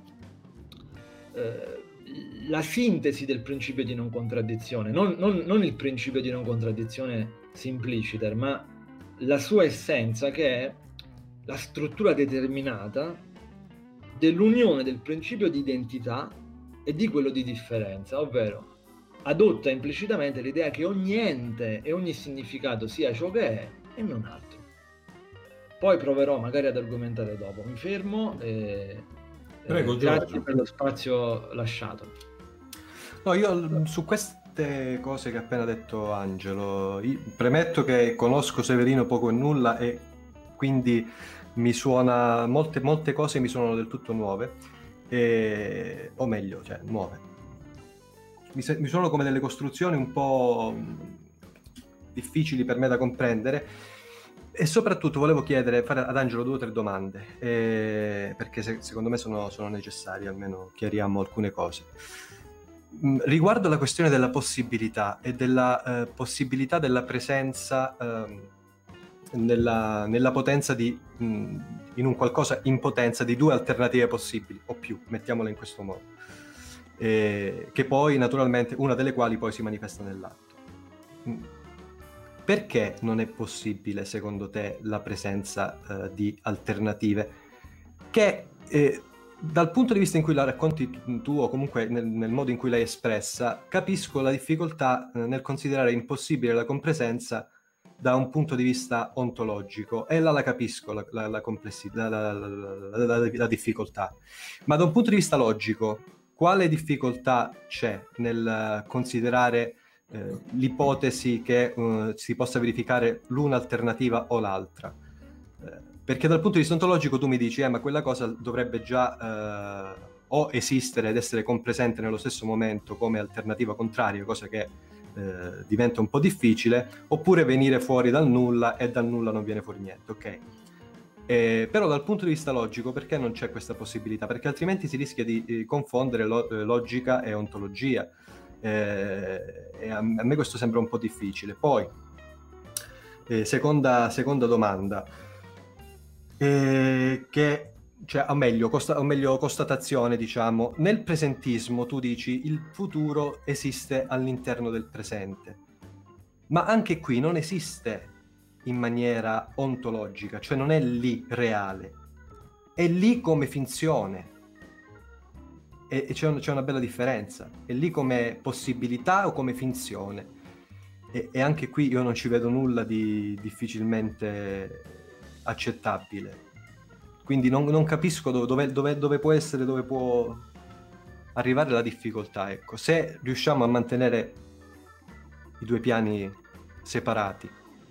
la sintesi del principio di non contraddizione, non il principio di non contraddizione simpliciter, ma la sua essenza, che è la struttura determinata dell'unione del principio di identità e di quello di differenza, ovvero adotta implicitamente l'idea che ogni ente e ogni significato sia ciò che è e non altro. Poi proverò magari ad argomentare dopo. Mi fermo e Prego, grazie Giorgio. per lo spazio lasciato. No, io su queste cose che ha appena detto Angelo, premetto che conosco Severino poco e nulla e quindi mi suona molte cose mi suonano del tutto nuove, o meglio, cioè nuove. Mi suonano come delle costruzioni un po' difficili per me da comprendere. E soprattutto volevo fare ad Angelo 2 o 3 domande, perché secondo me sono necessarie, almeno chiariamo alcune cose. Riguardo la questione della possibilità e della possibilità della presenza nella potenza in un qualcosa in potenza di due alternative possibili, o più, mettiamola in questo modo, che poi naturalmente una delle quali poi si manifesta nell'atto. Perché non è possibile, secondo te, la presenza di alternative che, dal punto di vista in cui la racconti tu, o comunque nel modo in cui l'hai espressa, capisco la difficoltà nel considerare impossibile la compresenza da un punto di vista ontologico, e là la capisco la complessità, la difficoltà. Ma da un punto di vista logico, quale difficoltà c'è nel considerare l'ipotesi che si possa verificare l'una alternativa o l'altra? Perché dal punto di vista ontologico tu mi dici ma quella cosa dovrebbe già o esistere ed essere compresente nello stesso momento come alternativa contraria, cosa che diventa un po' difficile, oppure venire fuori dal nulla e dal nulla non viene fuori niente, ok? Però dal punto di vista logico perché non c'è questa possibilità? Perché altrimenti si rischia di confondere logica e ontologia. E a me questo sembra un po' difficile. Poi seconda domanda, o meglio constatazione, diciamo, nel presentismo tu dici il futuro esiste all'interno del presente, ma anche qui non esiste in maniera ontologica, cioè non è lì reale, è lì come finzione. E c'è una bella differenza, è lì come possibilità o come finzione, e anche qui io non ci vedo nulla di difficilmente accettabile, quindi non capisco dove può essere, dove può arrivare la difficoltà, ecco, se riusciamo a mantenere i due piani separati,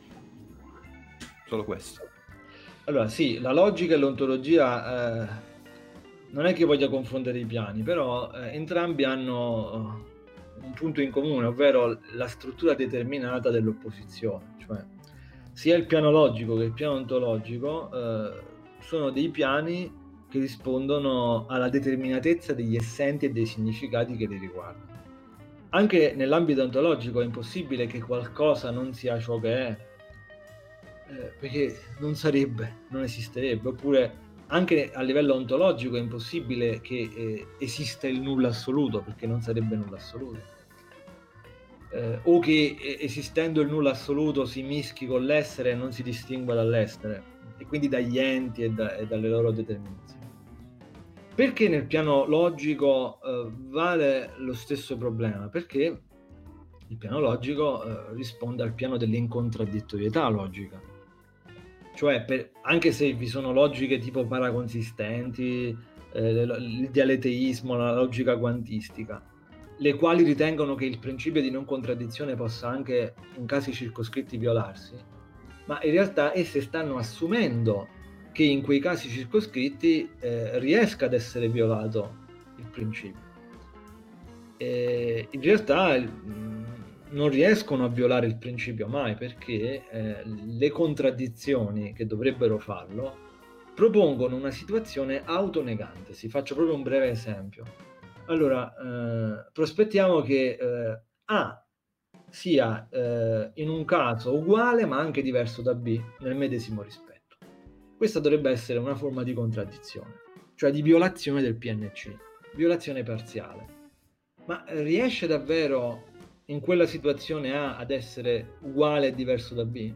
solo questo. Allora sì, la logica e l'ontologia non è che voglia confondere i piani, però entrambi hanno un punto in comune, ovvero la struttura determinata dell'opposizione, cioè sia il piano logico che il piano ontologico sono dei piani che rispondono alla determinatezza degli essenti e dei significati che li riguardano. Anche nell'ambito ontologico è impossibile che qualcosa non sia ciò che è, perché non esisterebbe, oppure anche a livello ontologico è impossibile che esista il nulla assoluto, perché non sarebbe nulla assoluto, o che esistendo il nulla assoluto si mischi con l'essere e non si distingua dall'essere, e quindi dagli enti e dalle loro determinazioni. Perché nel piano logico vale lo stesso problema? Perché il piano logico risponde al piano dell'incontradittorietà logica. Cioè, anche se vi sono logiche tipo paraconsistenti, il dialeteismo, la logica quantistica, le quali ritengono che il principio di non contraddizione possa anche in casi circoscritti violarsi, ma in realtà esse stanno assumendo che in quei casi circoscritti riesca ad essere violato il principio. In realtà non riescono a violare il principio mai, perché le contraddizioni che dovrebbero farlo propongono una situazione autonegante. Faccio proprio un breve esempio. Allora, prospettiamo che A sia in un caso uguale ma anche diverso da B nel medesimo rispetto. Questa dovrebbe essere una forma di contraddizione, cioè di violazione del PNC, violazione parziale. Ma riesce davvero in quella situazione A ad essere uguale e diverso da B?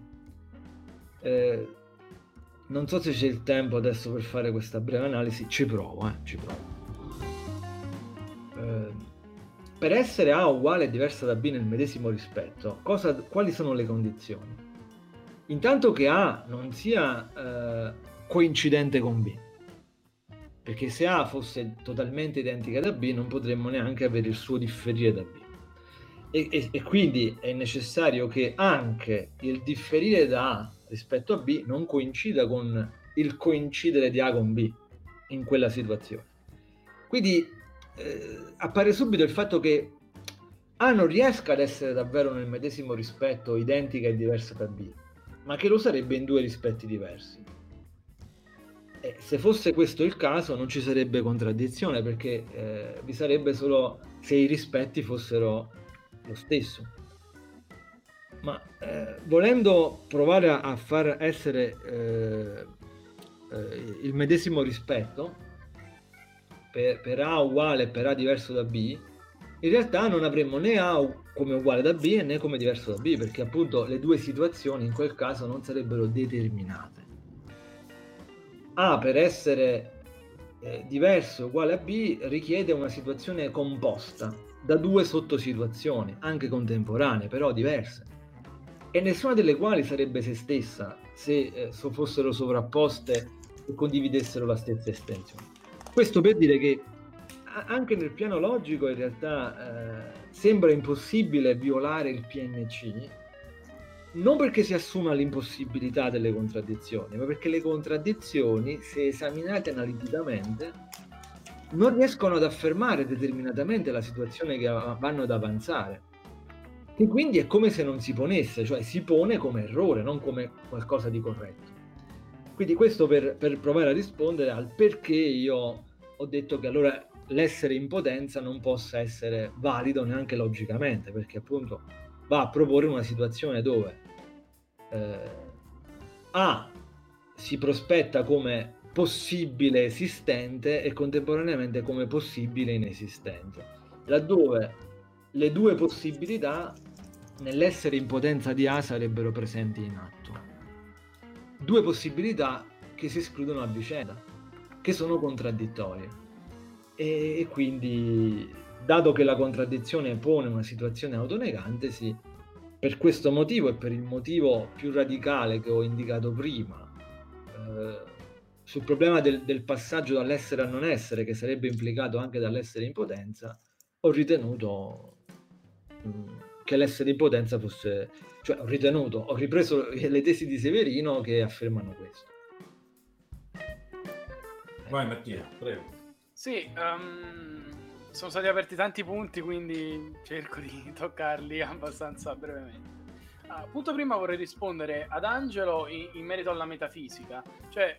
Non so se c'è il tempo adesso per fare questa breve analisi, ci provo. Per essere A uguale e diversa da B nel medesimo rispetto, quali sono le condizioni? Intanto che A non sia coincidente con B, perché se A fosse totalmente identica da B non potremmo neanche avere il suo differire da B. E quindi è necessario che anche il differire da A rispetto a B non coincida con il coincidere di A con B in quella situazione. Quindi appare subito il fatto che A non riesca ad essere davvero nel medesimo rispetto identica e diversa da B, ma che lo sarebbe in due rispetti diversi. E se fosse questo il caso non ci sarebbe contraddizione, perché vi sarebbe solo se i rispetti fossero lo stesso. Ma volendo provare a far essere il medesimo rispetto per A uguale e per A diverso da B, in realtà non avremmo né A come uguale da B né come diverso da B, perché appunto le due situazioni in quel caso non sarebbero determinate. A per essere diverso e uguale a B richiede una situazione composta da due sottosituazioni, anche contemporanee, però diverse, e nessuna delle quali sarebbe se stessa se fossero sovrapposte e condividessero la stessa estensione. Questo per dire che anche nel piano logico in realtà sembra impossibile violare il PNC, non perché si assuma l'impossibilità delle contraddizioni, ma perché le contraddizioni, se esaminate analiticamente, non riescono ad affermare determinatamente la situazione che vanno ad avanzare, e quindi è come se non si ponesse, cioè si pone come errore, non come qualcosa di corretto. Quindi questo per provare a rispondere al perché io ho detto che allora l'essere in potenza non possa essere valido neanche logicamente, perché appunto va a proporre una situazione dove A si prospetta come possibile esistente e contemporaneamente come possibile inesistente, laddove le due possibilità nell'essere in potenza di A sarebbero presenti in atto. Due possibilità che si escludono a vicenda, che sono contraddittorie, e quindi, dato che la contraddizione pone una situazione autonegante, per questo motivo e per il motivo più radicale che ho indicato prima, sul problema del passaggio dall'essere a non essere, che sarebbe implicato anche dall'essere in potenza, ho ritenuto che l'essere in potenza fosse, cioè ho ripreso le tesi di Severino che affermano questo. Vai Mattia, prego. Sì, sono stati aperti tanti punti, quindi cerco di toccarli abbastanza brevemente. Punto prima vorrei rispondere ad Angelo in merito alla metafisica, cioè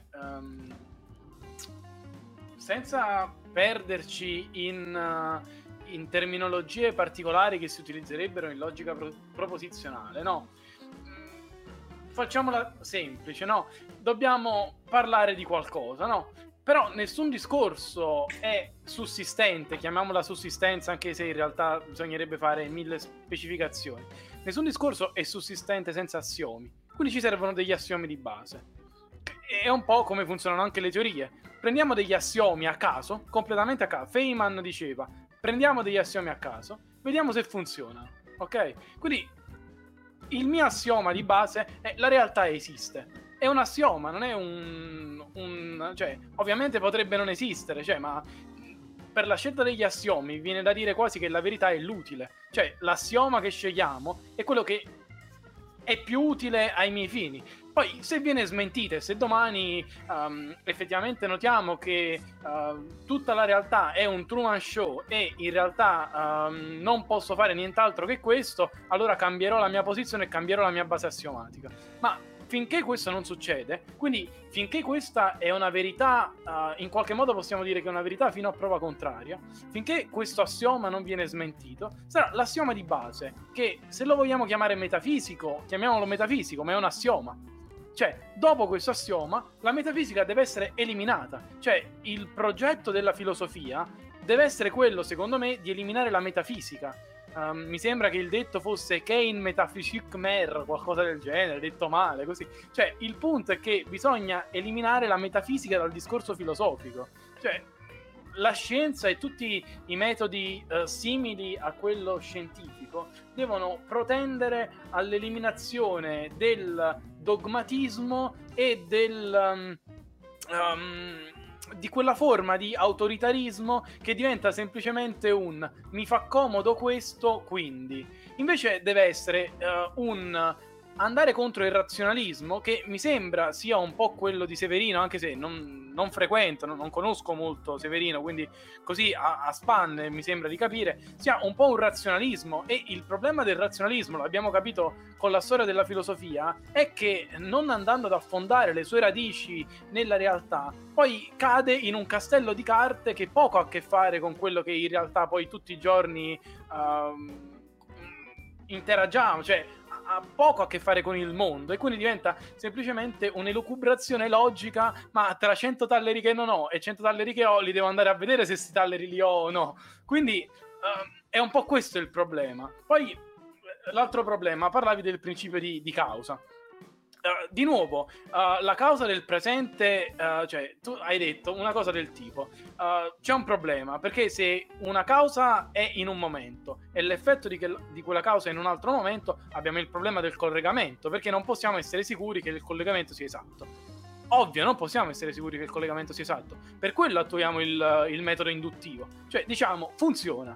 senza perderci in terminologie particolari che si utilizzerebbero in logica proposizionale, no? Facciamola semplice, no? Dobbiamo parlare di qualcosa, no? Però nessun discorso è sussistente, chiamiamola sussistenza, anche se in realtà bisognerebbe fare 1000 specificazioni. Nessun discorso è sussistente senza assiomi, quindi ci servono degli assiomi di base. È un po' come funzionano anche le teorie. Prendiamo degli assiomi a caso, completamente a caso. Feynman diceva, prendiamo degli assiomi a caso, vediamo se funzionano, ok? Quindi il mio assioma di base è la realtà esiste. È un assioma, non è cioè, ovviamente potrebbe non esistere, cioè, ma per la scelta degli assiomi viene da dire quasi che la verità è l'utile. Cioè, l'assioma che scegliamo è quello che è più utile ai miei fini. Poi se viene smentita e se domani effettivamente notiamo che tutta la realtà è un Truman Show e in realtà non posso fare nient'altro che questo, allora cambierò la mia posizione e cambierò la mia base assiomatica. Ma finché questo non succede, quindi finché questa è una verità, in qualche modo possiamo dire che è una verità fino a prova contraria, finché questo assioma non viene smentito, sarà l'assioma di base, che se lo vogliamo chiamare metafisico, chiamiamolo metafisico, ma è un assioma. Cioè, dopo questo assioma, la metafisica deve essere eliminata. Cioè, il progetto della filosofia deve essere quello, secondo me, di eliminare la metafisica. Mi sembra che il detto fosse kein metaphysik mer, qualcosa del genere, detto male, così. Cioè, il punto è che bisogna eliminare la metafisica dal discorso filosofico. Cioè, la scienza e tutti i metodi simili a quello scientifico devono protendere all'eliminazione del dogmatismo e di quella forma di autoritarismo che diventa semplicemente un mi fa comodo questo, quindi. Invece deve essere un andare contro il razionalismo, che mi sembra sia un po' quello di Severino, anche se non frequento, non conosco molto Severino, quindi così a spanne mi sembra di capire, sia un po' un razionalismo. E il problema del razionalismo, l'abbiamo capito con la storia della filosofia, è che non andando ad affondare le sue radici nella realtà, poi cade in un castello di carte che poco ha a che fare con quello che in realtà poi tutti i giorni interagiamo, cioè ha poco a che fare con il mondo, e quindi diventa semplicemente un'elucubrazione logica. Ma tra 100 talleri che non ho e 100 talleri che ho, li devo andare a vedere se questi talleri li ho o no. Quindi è un po' questo il problema. Poi l'altro problema, parlavi del principio di causa. Di nuovo, la causa del presente, cioè tu hai detto una cosa del tipo, c'è un problema, perché se una causa è in un momento e l'effetto di quella causa è in un altro momento, abbiamo il problema del collegamento, perché non possiamo essere sicuri che il collegamento sia esatto. Ovvio, non possiamo essere sicuri che il collegamento sia esatto, per quello attuiamo il metodo induttivo, cioè diciamo funziona,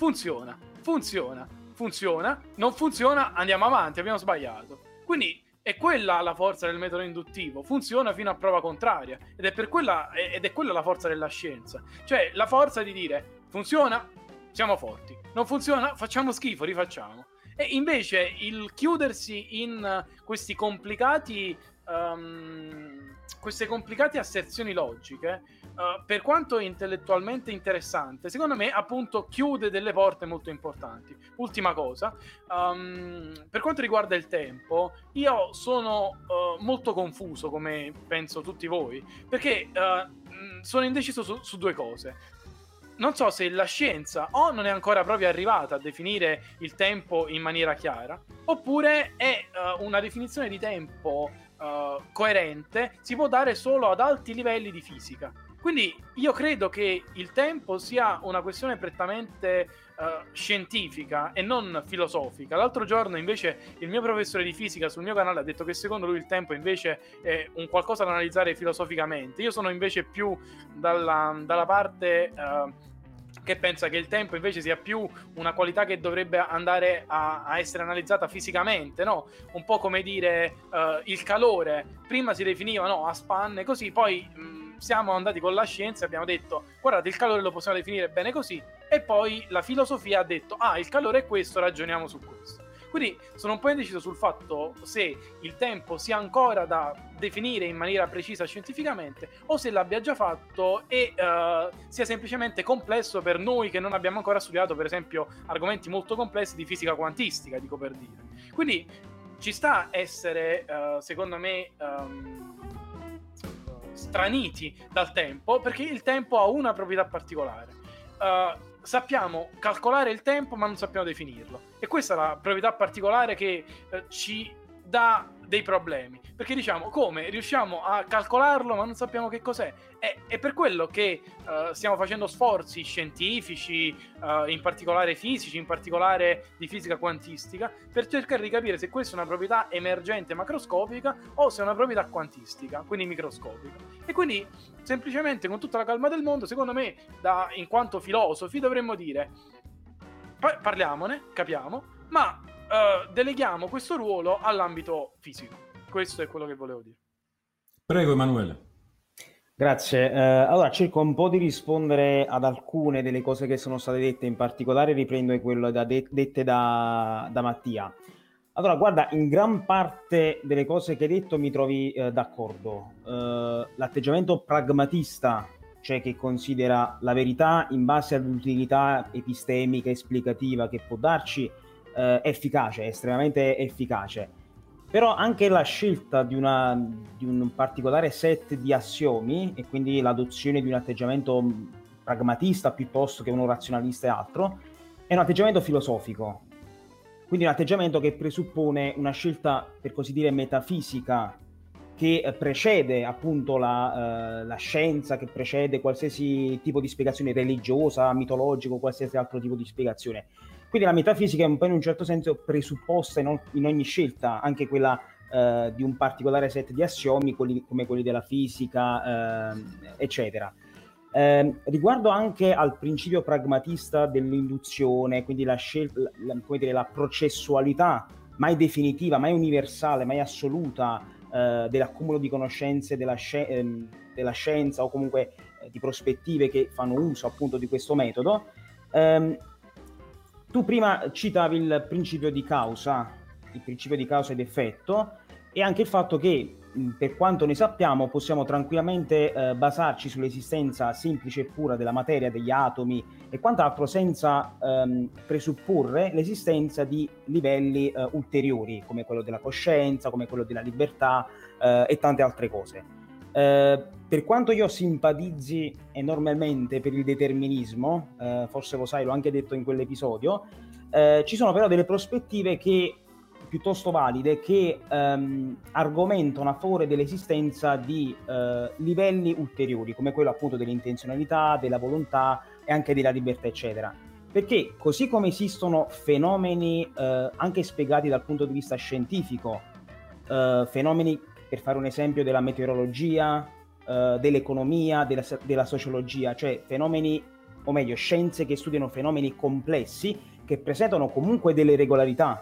non funziona, andiamo avanti, abbiamo sbagliato. Quindi è quella la forza del metodo induttivo, funziona fino a prova contraria, ed è quella la forza della scienza, cioè la forza di dire funziona, siamo forti, non funziona, facciamo schifo, rifacciamo. E invece il chiudersi in queste complicate asserzioni logiche, per quanto intellettualmente interessante, secondo me appunto chiude delle porte molto importanti. Ultima cosa, per quanto riguarda il tempo, io sono molto confuso, come penso tutti voi, perché sono indeciso su due cose. Non so se la scienza o non è ancora proprio arrivata a definire il tempo in maniera chiara, oppure è una definizione di tempo coerente si può dare solo ad alti livelli di fisica. Quindi io credo che il tempo sia una questione prettamente scientifica e non filosofica. L'altro giorno invece il mio professore di fisica sul mio canale ha detto che secondo lui il tempo invece è un qualcosa da analizzare filosoficamente. Io sono invece più dalla parte che pensa che il tempo invece sia più una qualità che dovrebbe andare a essere analizzata fisicamente, no? Un po' come dire il calore, prima si definiva a spanne così, poi siamo andati con la scienza e abbiamo detto guardate, il calore lo possiamo definire bene così, e poi la filosofia ha detto il calore è questo, ragioniamo su questo. Quindi sono un po' indeciso sul fatto se il tempo sia ancora da definire in maniera precisa scientificamente o se l'abbia già fatto e sia semplicemente complesso per noi che non abbiamo ancora studiato, per esempio, argomenti molto complessi di fisica quantistica, dico per dire. Quindi ci sta a essere, secondo me, straniti dal tempo, perché il tempo ha una proprietà particolare. Sappiamo calcolare il tempo ma non sappiamo definirlo, e questa è la proprietà particolare che ci dà dei problemi, perché diciamo come riusciamo a calcolarlo ma non sappiamo che cos'è. È per quello che stiamo facendo sforzi scientifici, in particolare fisici, in particolare di fisica quantistica, per cercare di capire se questa è una proprietà emergente macroscopica o se è una proprietà quantistica, quindi microscopica. E quindi semplicemente, con tutta la calma del mondo, secondo me, in quanto filosofi dovremmo dire parliamone, capiamo, ma deleghiamo questo ruolo all'ambito fisico. questo è quello che volevo dire. Prego Emanuele. Grazie. Allora, cerco un po' di rispondere ad alcune delle cose che sono state dette, in particolare riprendo quello dette da Mattia. Allora, guarda, in gran parte delle cose che hai detto mi trovi d'accordo. L'atteggiamento pragmatista, cioè che considera la verità in base all'utilità epistemica, esplicativa che può darci, è efficace, è estremamente efficace. Però anche la scelta di un particolare set di assiomi e quindi l'adozione di un atteggiamento pragmatista piuttosto che uno razionalista e altro è un atteggiamento filosofico, quindi un atteggiamento che presuppone una scelta, per così dire, metafisica, che precede appunto la scienza, che precede qualsiasi tipo di spiegazione religiosa, mitologico, qualsiasi altro tipo di spiegazione. Quindi la metafisica è un po' in un certo senso presupposta in ogni scelta, anche quella di un particolare set di assiomi, come quelli della fisica, eccetera. Riguardo anche al principio pragmatista dell'induzione, quindi la processualità mai definitiva, mai universale, mai assoluta dell'accumulo di conoscenze della scienza o comunque di prospettive che fanno uso appunto di questo metodo. Tu prima citavi il principio di causa ed effetto, e anche il fatto che, per quanto ne sappiamo, possiamo tranquillamente basarci sull'esistenza semplice e pura della materia, degli atomi e quant'altro, senza presupporre l'esistenza di livelli ulteriori, come quello della coscienza, come quello della libertà e tante altre cose. Per quanto io simpatizzi enormemente per il determinismo, forse lo sai, l'ho anche detto in quell'episodio, ci sono però delle prospettive che piuttosto valide che argomentano a favore dell'esistenza di livelli ulteriori, come quello appunto dell'intenzionalità, della volontà e anche della libertà, eccetera. Perché così come esistono fenomeni anche spiegati dal punto di vista scientifico, fenomeni, per fare un esempio, della meteorologia, dell'economia, della sociologia, cioè fenomeni, o meglio, scienze che studiano fenomeni complessi che presentano comunque delle regolarità,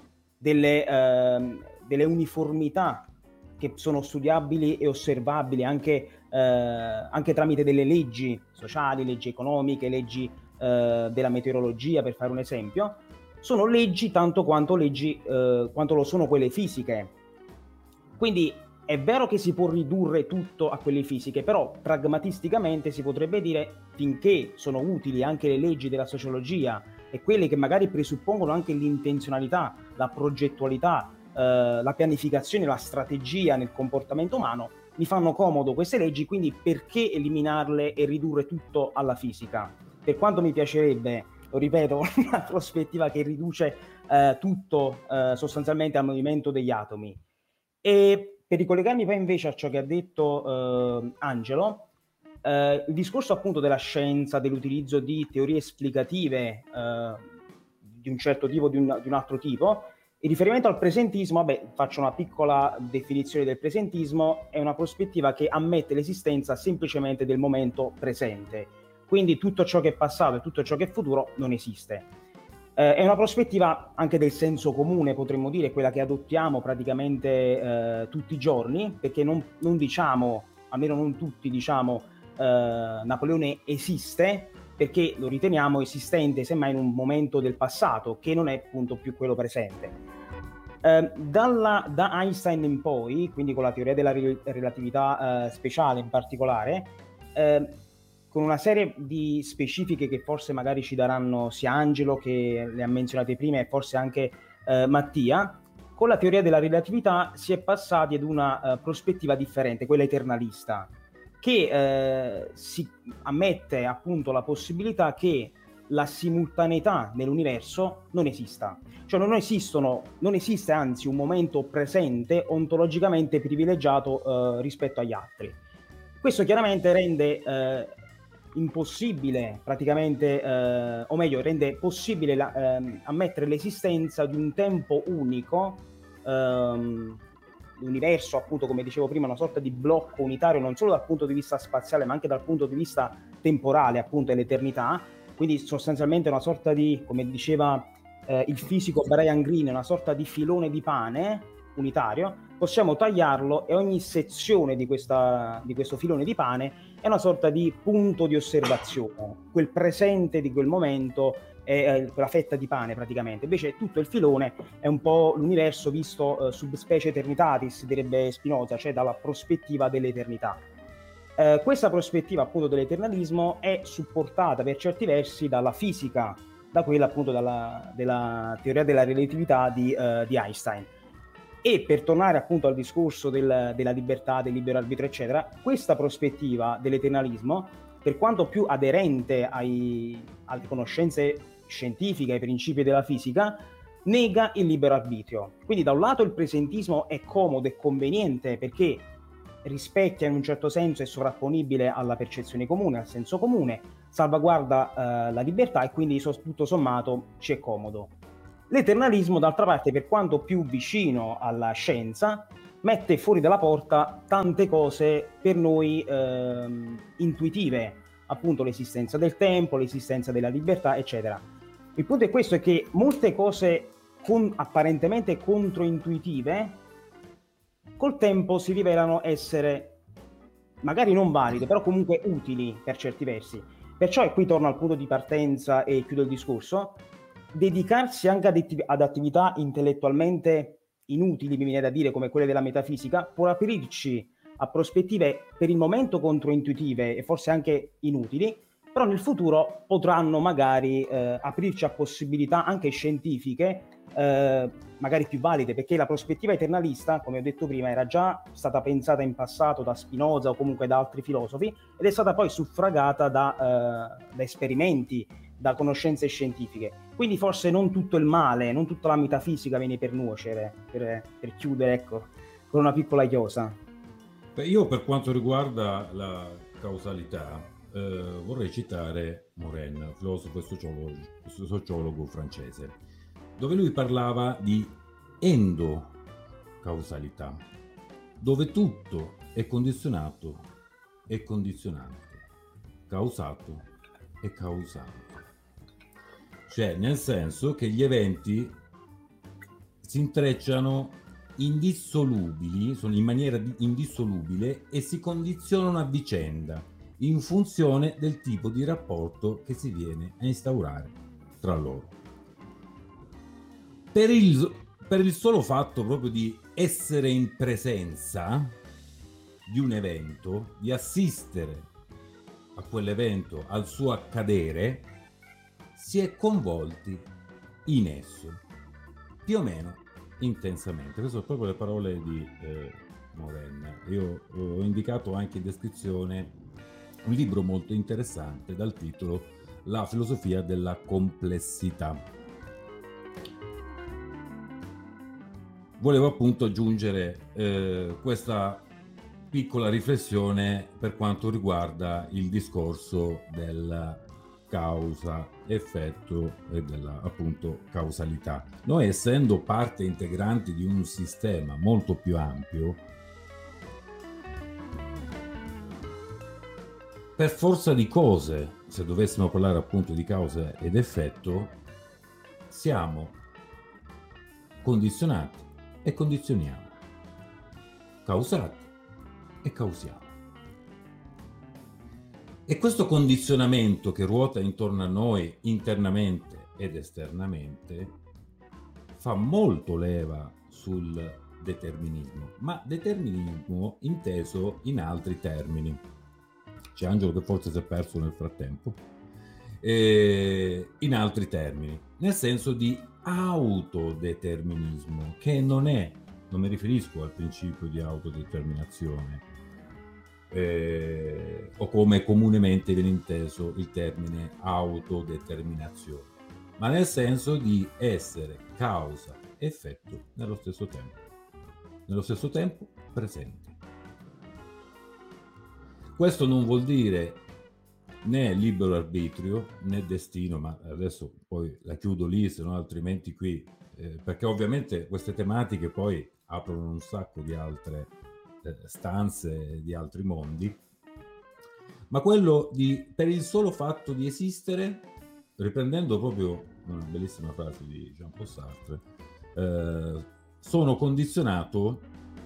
delle uniformità che sono studiabili e osservabili anche tramite delle leggi sociali, leggi economiche, leggi della meteorologia, per fare un esempio. Sono leggi tanto quanto lo sono quelle fisiche. Quindi è vero che si può ridurre tutto a quelle fisiche, però pragmatisticamente si potrebbe dire, finché sono utili anche le leggi della sociologia e quelle che magari presuppongono anche l'intenzionalità, la progettualità, la pianificazione, la strategia nel comportamento umano, mi fanno comodo queste leggi, quindi perché eliminarle e ridurre tutto alla fisica? Per quanto mi piacerebbe, lo ripeto, una prospettiva che riduce tutto sostanzialmente al movimento degli atomi. E per ricollegarmi poi invece a ciò che ha detto Angelo, il discorso appunto della scienza, dell'utilizzo di teorie esplicative di un certo tipo, di un altro tipo, in riferimento al presentismo, faccio una piccola definizione del presentismo: è una prospettiva che ammette l'esistenza semplicemente del momento presente, quindi tutto ciò che è passato e tutto ciò che è futuro non esiste. È una prospettiva anche del senso comune, potremmo dire, quella che adottiamo praticamente tutti i giorni, perché non diciamo, almeno non tutti diciamo, Napoleone esiste, perché lo riteniamo esistente semmai in un momento del passato che non è appunto più quello presente. Da Einstein in poi, quindi con la teoria della relatività speciale in particolare, con una serie di specifiche che forse magari ci daranno sia Angelo, che le ha menzionate prima, e forse anche Mattia, con la teoria della relatività si è passati ad una prospettiva differente, quella eternalista, che si ammette appunto la possibilità che la simultaneità nell'universo non esista, cioè non esiste anzi un momento presente ontologicamente privilegiato rispetto agli altri. Questo chiaramente rende impossibile praticamente, o meglio rende possibile ammettere l'esistenza di un tempo unico, l'universo appunto, come dicevo prima, una sorta di blocco unitario non solo dal punto di vista spaziale ma anche dal punto di vista temporale, appunto è l'eternità, quindi sostanzialmente una sorta di, come diceva il fisico Brian Greene, una sorta di filone di pane unitario, possiamo tagliarlo e ogni sezione di questo filone di pane è una sorta di punto di osservazione, quel presente di quel momento è quella fetta di pane praticamente. Invece tutto il filone è un po' l'universo visto subspecie eternitatis, direbbe Spinoza, cioè dalla prospettiva dell'eternità. Questa prospettiva appunto dell'eternalismo è supportata per certi versi dalla fisica, da quella appunto della teoria della relatività di Einstein. E per tornare appunto al discorso della libertà, del libero arbitrio eccetera, questa prospettiva dell'eternalismo, per quanto più aderente alle conoscenze scientifiche, ai principi della fisica, nega il libero arbitrio. Quindi da un lato il presentismo è comodo e conveniente perché rispecchia in un certo senso, è sovrapponibile alla percezione comune, al senso comune, salvaguarda la libertà e quindi tutto sommato ci è comodo. L'eternalismo, d'altra parte, per quanto più vicino alla scienza, mette fuori dalla porta tante cose per noi intuitive, appunto l'esistenza del tempo, l'esistenza della libertà, eccetera. Il punto è questo, è che molte cose apparentemente controintuitive col tempo si rivelano essere magari non valide, però comunque utili per certi versi. Perciò, e qui torno al punto di partenza e chiudo il discorso, dedicarsi anche ad attività intellettualmente inutili, mi viene da dire, come quelle della metafisica, può aprirci a prospettive per il momento controintuitive e forse anche inutili, però nel futuro potranno magari aprirci a possibilità anche scientifiche magari più valide, perché la prospettiva eternalista, come ho detto prima, era già stata pensata in passato da Spinoza o comunque da altri filosofi ed è stata poi suffragata da esperimenti, da conoscenze scientifiche. Quindi forse non tutto il male, non tutta la metafisica viene per nuocere, per chiudere, ecco, con una piccola chiosa. Io, per quanto riguarda la causalità, vorrei citare Morin, filosofo e sociologo francese, dove lui parlava di endocausalità, dove tutto è condizionato e condizionante, causato e causante. Cioè, nel senso che gli eventi si intrecciano indissolubili, sono in maniera indissolubile e si condizionano a vicenda in funzione del tipo di rapporto che si viene a instaurare tra loro. Per il solo fatto proprio di essere in presenza di un evento, di assistere a quell'evento, al suo accadere, si è coinvolti in esso, più o meno intensamente. Queste sono proprio le parole di Morin. Io ho indicato anche in descrizione un libro molto interessante dal titolo La filosofia della complessità. Volevo appunto aggiungere questa piccola riflessione per quanto riguarda il discorso della causa-effetto e della appunto causalità. Noi, essendo parte integrante di un sistema molto più ampio, per forza di cose, se dovessimo parlare appunto di causa ed effetto, siamo condizionati e condizioniamo, causati e causiamo. E questo condizionamento che ruota intorno a noi internamente ed esternamente fa molto leva sul determinismo, ma determinismo inteso in altri termini. C'è Angelo che forse si è perso nel frattempo. In altri termini, nel senso di autodeterminismo, che non mi riferisco al principio di autodeterminazione, o come comunemente viene inteso il termine autodeterminazione, ma nel senso di essere causa-effetto nello stesso tempo presente. Questo non vuol dire né libero arbitrio né destino, ma adesso poi la chiudo lì, se no altrimenti qui, perché ovviamente queste tematiche poi aprono un sacco di altre stanze, di altri mondi, ma quello per il solo fatto di esistere, riprendendo proprio una bellissima frase di Jean-Paul Sartre, sono condizionato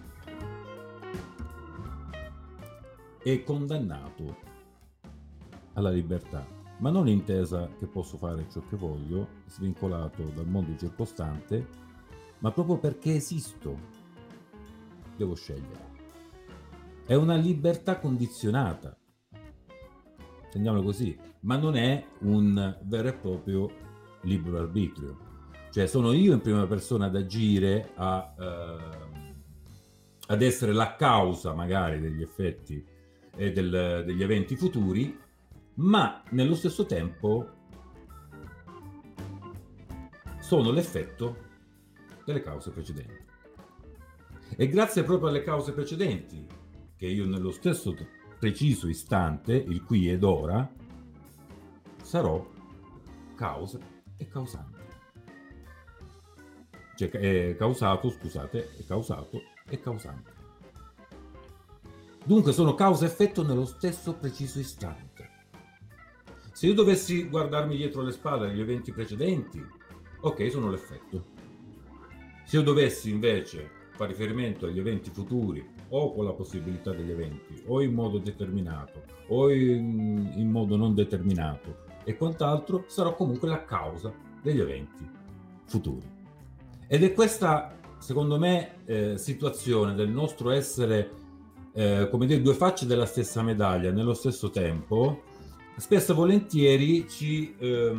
e condannato alla libertà, ma non intesa che posso fare ciò che voglio, svincolato dal mondo circostante, ma proprio perché esisto, devo scegliere. È una libertà condizionata, intendiamolo così, ma non è un vero e proprio libero arbitrio. Cioè sono io in prima persona ad agire, ad essere la causa magari degli effetti e degli eventi futuri, ma nello stesso tempo sono l'effetto delle cause precedenti. E grazie proprio alle cause precedenti che io nello stesso preciso istante, il qui ed ora, sarò causa e causante. Cioè è causato e causante. Dunque sono causa e effetto nello stesso preciso istante. Se io dovessi guardarmi dietro le spalle agli eventi precedenti, ok, sono l'effetto. Se io dovessi invece fare riferimento agli eventi futuri, o con la possibilità degli eventi, o in modo determinato, o in modo non determinato, e quant'altro, sarò comunque la causa degli eventi futuri. Ed è questa, secondo me, situazione del nostro essere, come dire, due facce della stessa medaglia nello stesso tempo, spesso e volentieri ci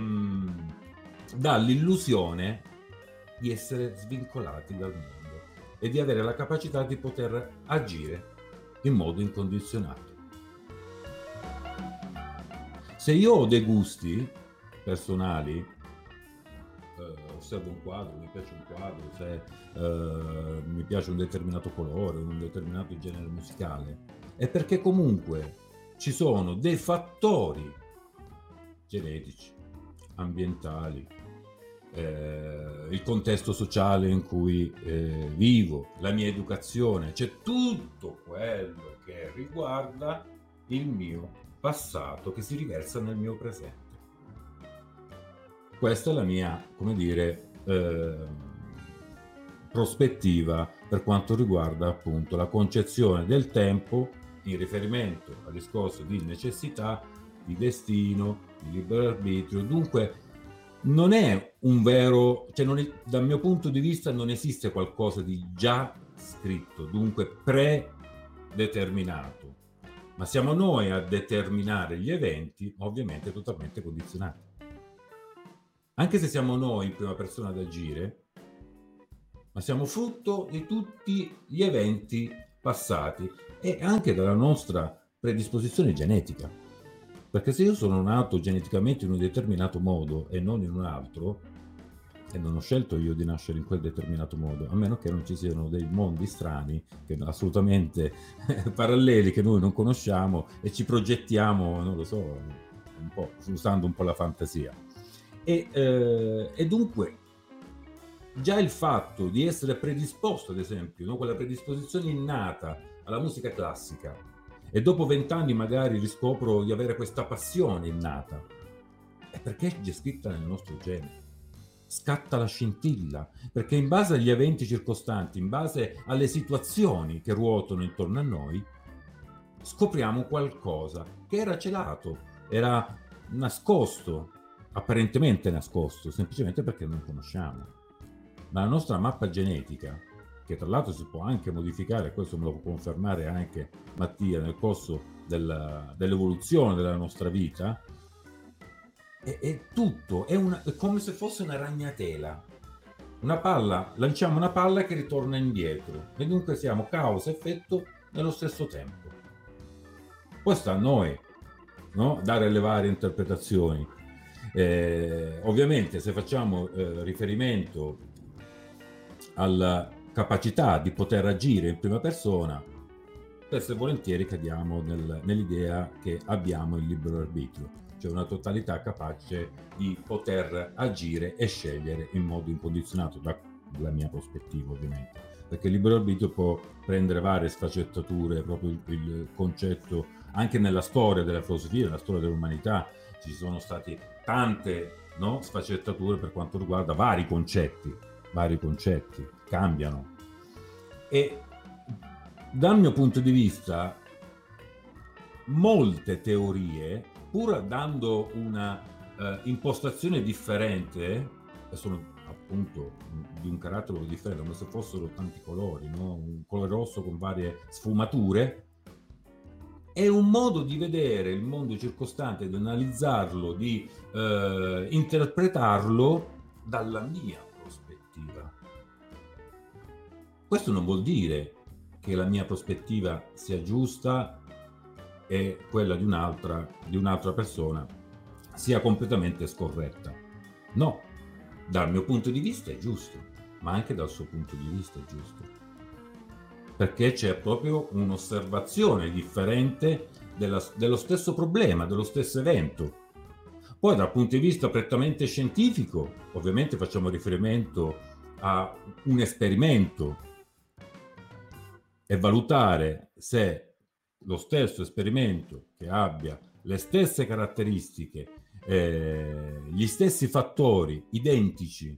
dà l'illusione di essere svincolati dal mondo e di avere la capacità di poter agire in modo incondizionato. Se io ho dei gusti personali, osservo un quadro, mi piace un quadro, se mi piace un determinato colore, un determinato genere musicale, è perché comunque ci sono dei fattori genetici, ambientali, il contesto sociale in cui vivo, la mia educazione, c'è tutto quello che riguarda il mio passato che si riversa nel mio presente. Questa è la mia, come dire, prospettiva per quanto riguarda appunto la concezione del tempo in riferimento al discorso di necessità, di destino, di libero arbitrio. Dunque non è un vero, cioè dal mio punto di vista non esiste qualcosa di già scritto, dunque predeterminato, ma siamo noi a determinare gli eventi, ovviamente totalmente condizionati. Anche se siamo noi in prima persona ad agire, ma siamo frutto di tutti gli eventi passati e anche della nostra predisposizione genetica. Perché se io sono nato geneticamente in un determinato modo e non in un altro, e non ho scelto io di nascere in quel determinato modo, a meno che non ci siano dei mondi strani, che assolutamente paralleli, che noi non conosciamo e ci progettiamo, non lo so, un po', usando un po' la fantasia. E dunque già il fatto di essere predisposto, ad esempio, no, quella predisposizione innata alla musica classica, e dopo 20 anni magari riscopro di avere questa passione innata, è perché è già scritta nel nostro gene. Scatta la scintilla, perché in base agli eventi circostanti, in base alle situazioni che ruotano intorno a noi, scopriamo qualcosa che era celato, era nascosto, apparentemente nascosto, semplicemente perché non conosciamo. Ma la nostra mappa genetica, che tra l'altro si può anche modificare, questo me lo può confermare anche Mattia nel corso dell'evoluzione della nostra vita, è tutto, è come se fosse una ragnatela. Una palla, lanciamo una palla che ritorna indietro, e dunque siamo causa e effetto nello stesso tempo. Poi sta a noi, no? Dare le varie interpretazioni. Ovviamente se facciamo riferimento alla capacità di poter agire in prima persona, spesso e volentieri cadiamo nell'idea che abbiamo il libero arbitrio, cioè una totalità capace di poter agire e scegliere in modo incondizionato, dalla mia prospettiva ovviamente, perché il libero arbitrio può prendere varie sfaccettature, proprio il concetto anche nella storia della filosofia, nella storia dell'umanità ci sono stati tante, no, sfaccettature per quanto riguarda vari concetti cambiano E dal mio punto di vista, molte teorie, pur dando una impostazione differente, e sono appunto di un carattere differente, come se fossero tanti colori, no? Un colore rosso con varie sfumature, è un modo di vedere il mondo circostante, di analizzarlo, di interpretarlo dalla mia prospettiva. Questo non vuol dire che la mia prospettiva sia giusta e quella di un'altra persona sia completamente scorretta. No, dal mio punto di vista è giusto, ma anche dal suo punto di vista è giusto. Perché c'è proprio un'osservazione differente dello stesso problema, dello stesso evento. Poi dal punto di vista prettamente scientifico, ovviamente facciamo riferimento a un esperimento e valutare se lo stesso esperimento, che abbia le stesse caratteristiche, gli stessi fattori identici,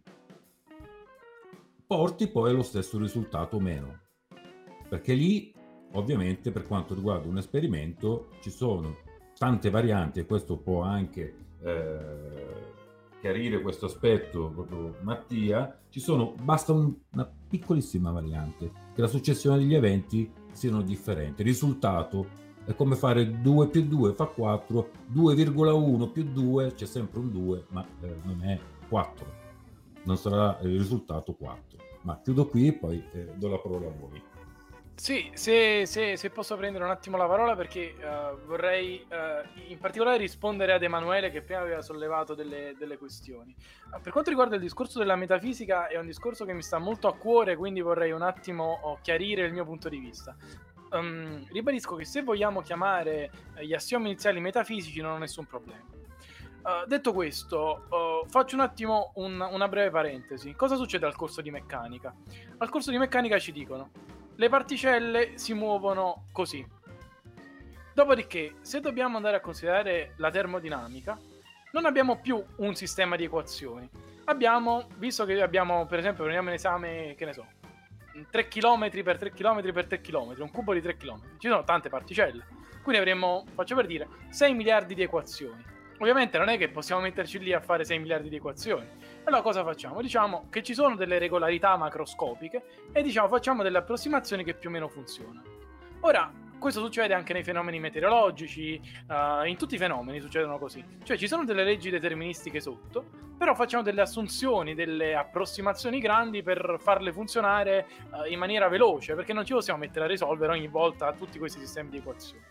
porti poi allo stesso risultato o meno. Perché lì, ovviamente, per quanto riguarda un esperimento, ci sono tante varianti, e questo può anche chiarire questo aspetto proprio Mattia. Basta una piccolissima variante, che la successione degli eventi siano differenti. Il risultato è come fare 2 più 2 fa 4, 2,1 più 2, c'è sempre un 2, ma non è 4, non sarà il risultato 4. Ma chiudo qui e poi do la parola a voi. Sì, se posso prendere un attimo la parola, perché vorrei in particolare rispondere ad Emanuele, che prima aveva sollevato delle questioni. Per quanto riguarda il discorso della metafisica, è un discorso che mi sta molto a cuore, quindi vorrei un attimo chiarire il mio punto di vista. Ribadisco che se vogliamo chiamare gli assiomi iniziali metafisici non ho nessun problema. Detto questo, faccio un attimo una breve parentesi. Cosa succede al corso di meccanica? Al corso di meccanica ci dicono: le particelle si muovono così. Dopodiché, se dobbiamo andare a considerare la termodinamica, non abbiamo più un sistema di equazioni. Visto che abbiamo, per esempio, prendiamo un esame, che ne so, 3 km per 3 km per 3 km, un cubo di 3 km. Ci sono tante particelle. Quindi avremo, faccio per dire, 6 miliardi di equazioni. Ovviamente non è che possiamo metterci lì a fare 6 miliardi di equazioni. Allora cosa facciamo? Diciamo che ci sono delle regolarità macroscopiche e facciamo delle approssimazioni che più o meno funzionano. Ora, questo succede anche nei fenomeni meteorologici, in tutti i fenomeni succedono così. Cioè ci sono delle leggi deterministiche sotto, però facciamo delle assunzioni, delle approssimazioni grandi per farle funzionare in maniera veloce, perché non ci possiamo mettere a risolvere ogni volta tutti questi sistemi di equazioni.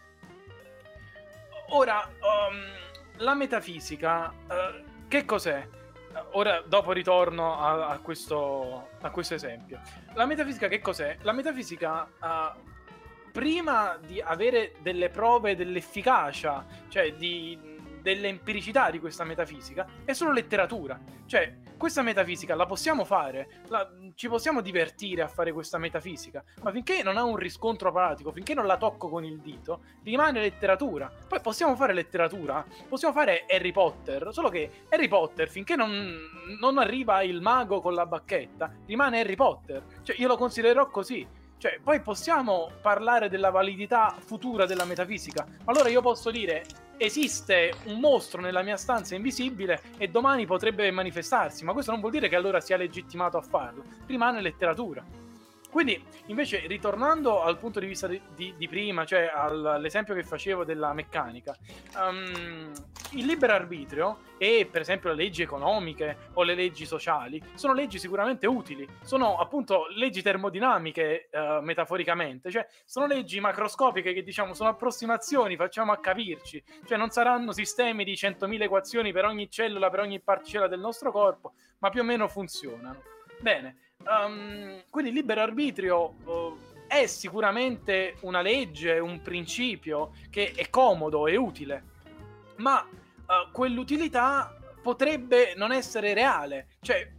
Ora, la metafisica, che cos'è? Ora, dopo ritorno a questo esempio. La metafisica che cos'è? La metafisica, prima di avere delle prove dell'efficacia, cioè dell'empiricità di questa metafisica, è solo letteratura. Cioè, questa metafisica la possiamo fare, ci possiamo divertire a fare questa metafisica, ma finché non ha un riscontro pratico, finché non la tocco con il dito, rimane letteratura. Poi possiamo fare letteratura, possiamo fare Harry Potter, solo che Harry Potter, finché non arriva il mago con la bacchetta, rimane Harry Potter. Cioè, io lo considererò così. Cioè, poi possiamo parlare della validità futura della metafisica. Allora io posso dire: esiste un mostro nella mia stanza invisibile e domani potrebbe manifestarsi, ma questo non vuol dire che allora sia legittimato a farlo. Rimane letteratura. Quindi, invece, ritornando al punto di vista di prima, cioè all'esempio che facevo della meccanica, il libero arbitrio e, per esempio, le leggi economiche o le leggi sociali sono leggi sicuramente utili, sono appunto leggi termodinamiche, metaforicamente, cioè sono leggi macroscopiche che, diciamo, sono approssimazioni, facciamo a capirci, cioè non saranno sistemi di 100.000 equazioni per ogni cellula, per ogni particella del nostro corpo, ma più o meno funzionano. Bene. Quindi il libero arbitrio è sicuramente una legge, un principio che è comodo e utile, ma quell'utilità potrebbe non essere reale. Cioè,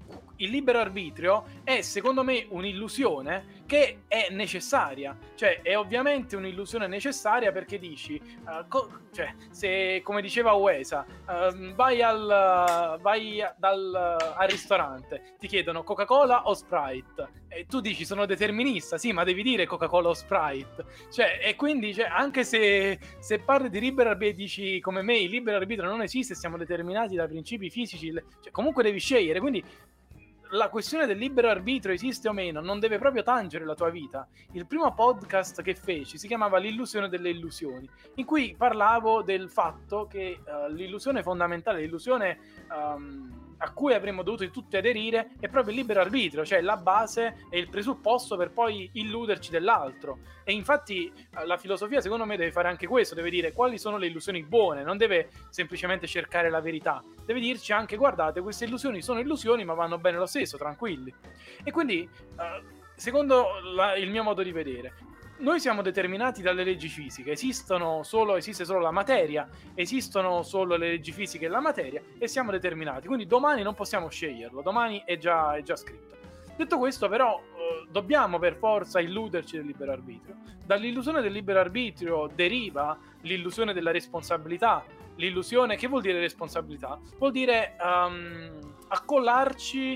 il libero arbitrio è secondo me un'illusione che è necessaria, cioè è ovviamente un'illusione necessaria perché dici, cioè se come diceva Uesa, vai al ristorante, ti chiedono Coca-Cola o Sprite e tu dici sono determinista, sì ma devi dire Coca-Cola o Sprite, cioè e quindi cioè, anche se parli di libero arbitrio dici come me il libero arbitrio non esiste, siamo determinati da principi fisici, cioè, comunque devi scegliere, quindi la questione del libero arbitrio esiste o meno non deve proprio tangere la tua vita. Il primo podcast che feci si chiamava L'illusione delle illusioni, in cui parlavo del fatto che l'illusione fondamentale, l'illusione a cui avremmo dovuto tutti aderire è proprio il libero arbitrio, cioè la base e il presupposto per poi illuderci dell'altro. E infatti la filosofia secondo me deve fare anche questo, deve dire quali sono le illusioni buone, non deve semplicemente cercare la verità, deve dirci anche guardate queste illusioni sono illusioni ma vanno bene lo stesso, tranquilli. E quindi secondo il mio modo di vedere noi siamo determinati dalle leggi fisiche, esiste solo la materia, esistono solo le leggi fisiche e la materia e siamo determinati, quindi domani non possiamo sceglierlo, domani è già scritto. Detto questo però dobbiamo per forza illuderci del libero arbitrio. Dall'illusione del libero arbitrio deriva l'illusione della responsabilità. L'illusione, che vuol dire responsabilità? Vuol dire accollarci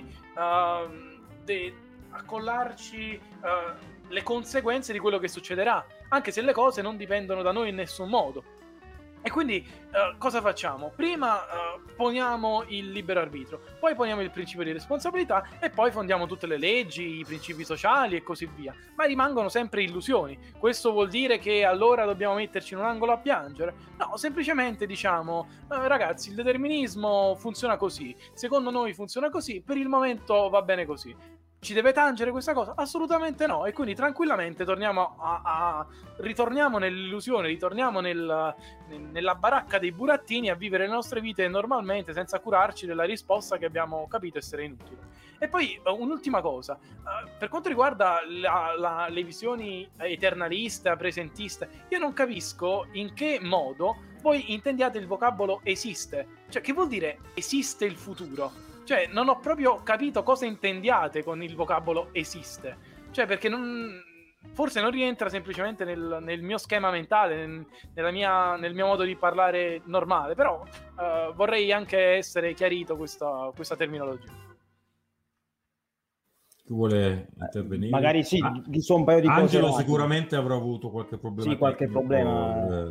le conseguenze di quello che succederà, anche se le cose non dipendono da noi in nessun modo. E quindi cosa facciamo? Prima poniamo il libero arbitrio, poi poniamo il principio di responsabilità e poi fondiamo tutte le leggi, i principi sociali e così via, ma rimangono sempre illusioni. Questo vuol dire che allora dobbiamo metterci in un angolo a piangere? No, semplicemente diciamo ragazzi, il determinismo funziona così, secondo noi funziona così, per il momento va bene così. Ci deve tangere questa cosa? Assolutamente no, e quindi tranquillamente ritorniamo nell'illusione, ritorniamo nella baracca dei burattini a vivere le nostre vite normalmente senza curarci della risposta che abbiamo capito essere inutile. E poi un'ultima cosa, per quanto riguarda le visioni eternaliste, presentiste, io non capisco in che modo voi intendiate il vocabolo esiste, cioè che vuol dire esiste il futuro? Cioè, non ho proprio capito cosa intendiate con il vocabolo esiste. Cioè, perché forse non rientra semplicemente nel mio schema mentale, nel mio modo di parlare normale, però vorrei anche essere chiarito questa terminologia. Chi vuole intervenire? Magari sì, giusto un paio di cose. Angelo sicuramente avrà avuto qualche problema. Sì, qualche problema.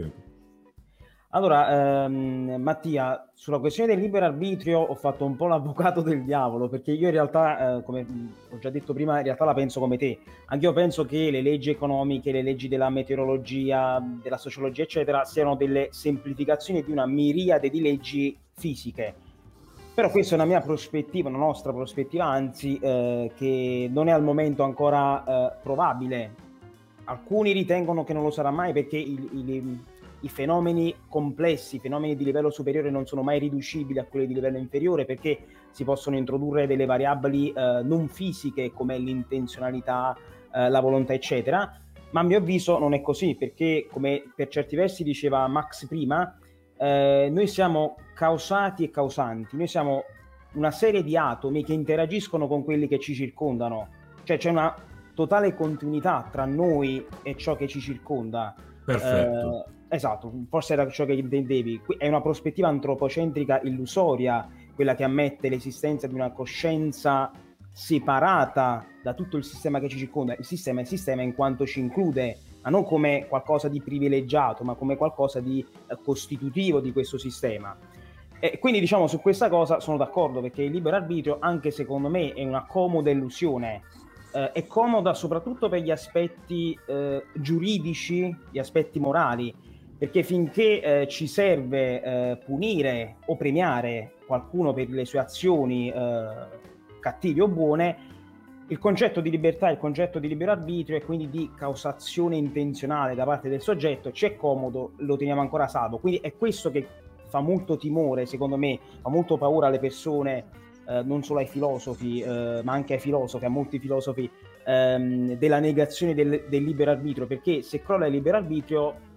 Allora, Mattia, sulla questione del libero arbitrio ho fatto un po' l'avvocato del diavolo, perché io in realtà, come ho già detto prima, in realtà la penso come te. Anch'io penso che le leggi economiche, le leggi della meteorologia, della sociologia, eccetera, siano delle semplificazioni di una miriade di leggi fisiche. Però questa è una mia prospettiva, una nostra prospettiva, anzi, che non è al momento ancora probabile. Alcuni ritengono che non lo sarà mai perché i fenomeni complessi, i fenomeni di livello superiore non sono mai riducibili a quelli di livello inferiore perché si possono introdurre delle variabili non fisiche come l'intenzionalità, la volontà, eccetera. Ma a mio avviso non è così perché, come per certi versi diceva Max prima, noi siamo causati e causanti, noi siamo una serie di atomi che interagiscono con quelli che ci circondano, cioè c'è una totale continuità tra noi e ciò che ci circonda. Perfetto. Esatto, forse era ciò che intendevi. È una prospettiva antropocentrica illusoria, quella che ammette l'esistenza di una coscienza separata da tutto il sistema che ci circonda. Il sistema è il sistema in quanto ci include, ma non come qualcosa di privilegiato, ma come qualcosa di costitutivo di questo sistema. E quindi diciamo su questa cosa sono d'accordo, perché il libero arbitrio, anche secondo me, è una comoda illusione. È comoda soprattutto per gli aspetti giuridici, gli aspetti morali, perché finché ci serve punire o premiare qualcuno per le sue azioni cattive o buone, il concetto di libertà, il concetto di libero arbitrio e quindi di causazione intenzionale da parte del soggetto ci è comodo, lo teniamo ancora salvo. Quindi è questo che fa molto timore, secondo me, fa molto paura alle persone, non solo ai filosofi, ma anche ai filosofi, a molti filosofi, della negazione del libero arbitrio, perché se crolla il libero arbitrio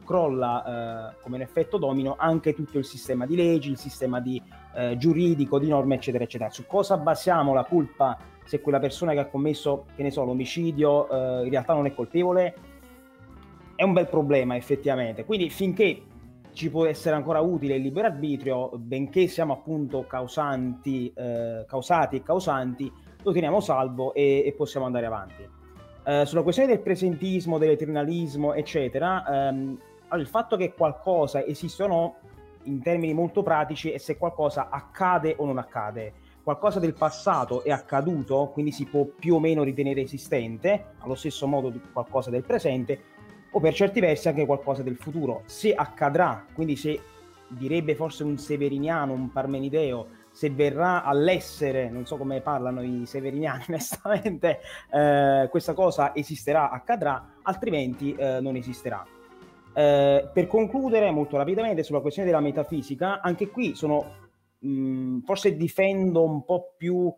crolla come un effetto domino anche tutto il sistema di leggi, il sistema di giuridico, di norme, eccetera, eccetera. Su cosa basiamo la colpa se quella persona che ha commesso, che ne so, l'omicidio in realtà non è colpevole? È un bel problema effettivamente. Quindi finché ci può essere ancora utile il libero arbitrio, benché siamo appunto causati e causanti, lo teniamo salvo e possiamo andare avanti. Sulla questione del presentismo, dell'eternalismo, eccetera, allora, il fatto che qualcosa esiste o no, in termini molto pratici, è se qualcosa accade o non accade. Qualcosa del passato è accaduto, quindi si può più o meno ritenere esistente, allo stesso modo di qualcosa del presente, o per certi versi anche qualcosa del futuro. Se accadrà, quindi se direbbe forse un severiniano, un parmenideo, se verrà all'essere, non so come parlano i severiniani onestamente, questa cosa esisterà, accadrà, altrimenti non esisterà. Per concludere molto rapidamente sulla questione della metafisica, anche qui sono forse difendo un po' più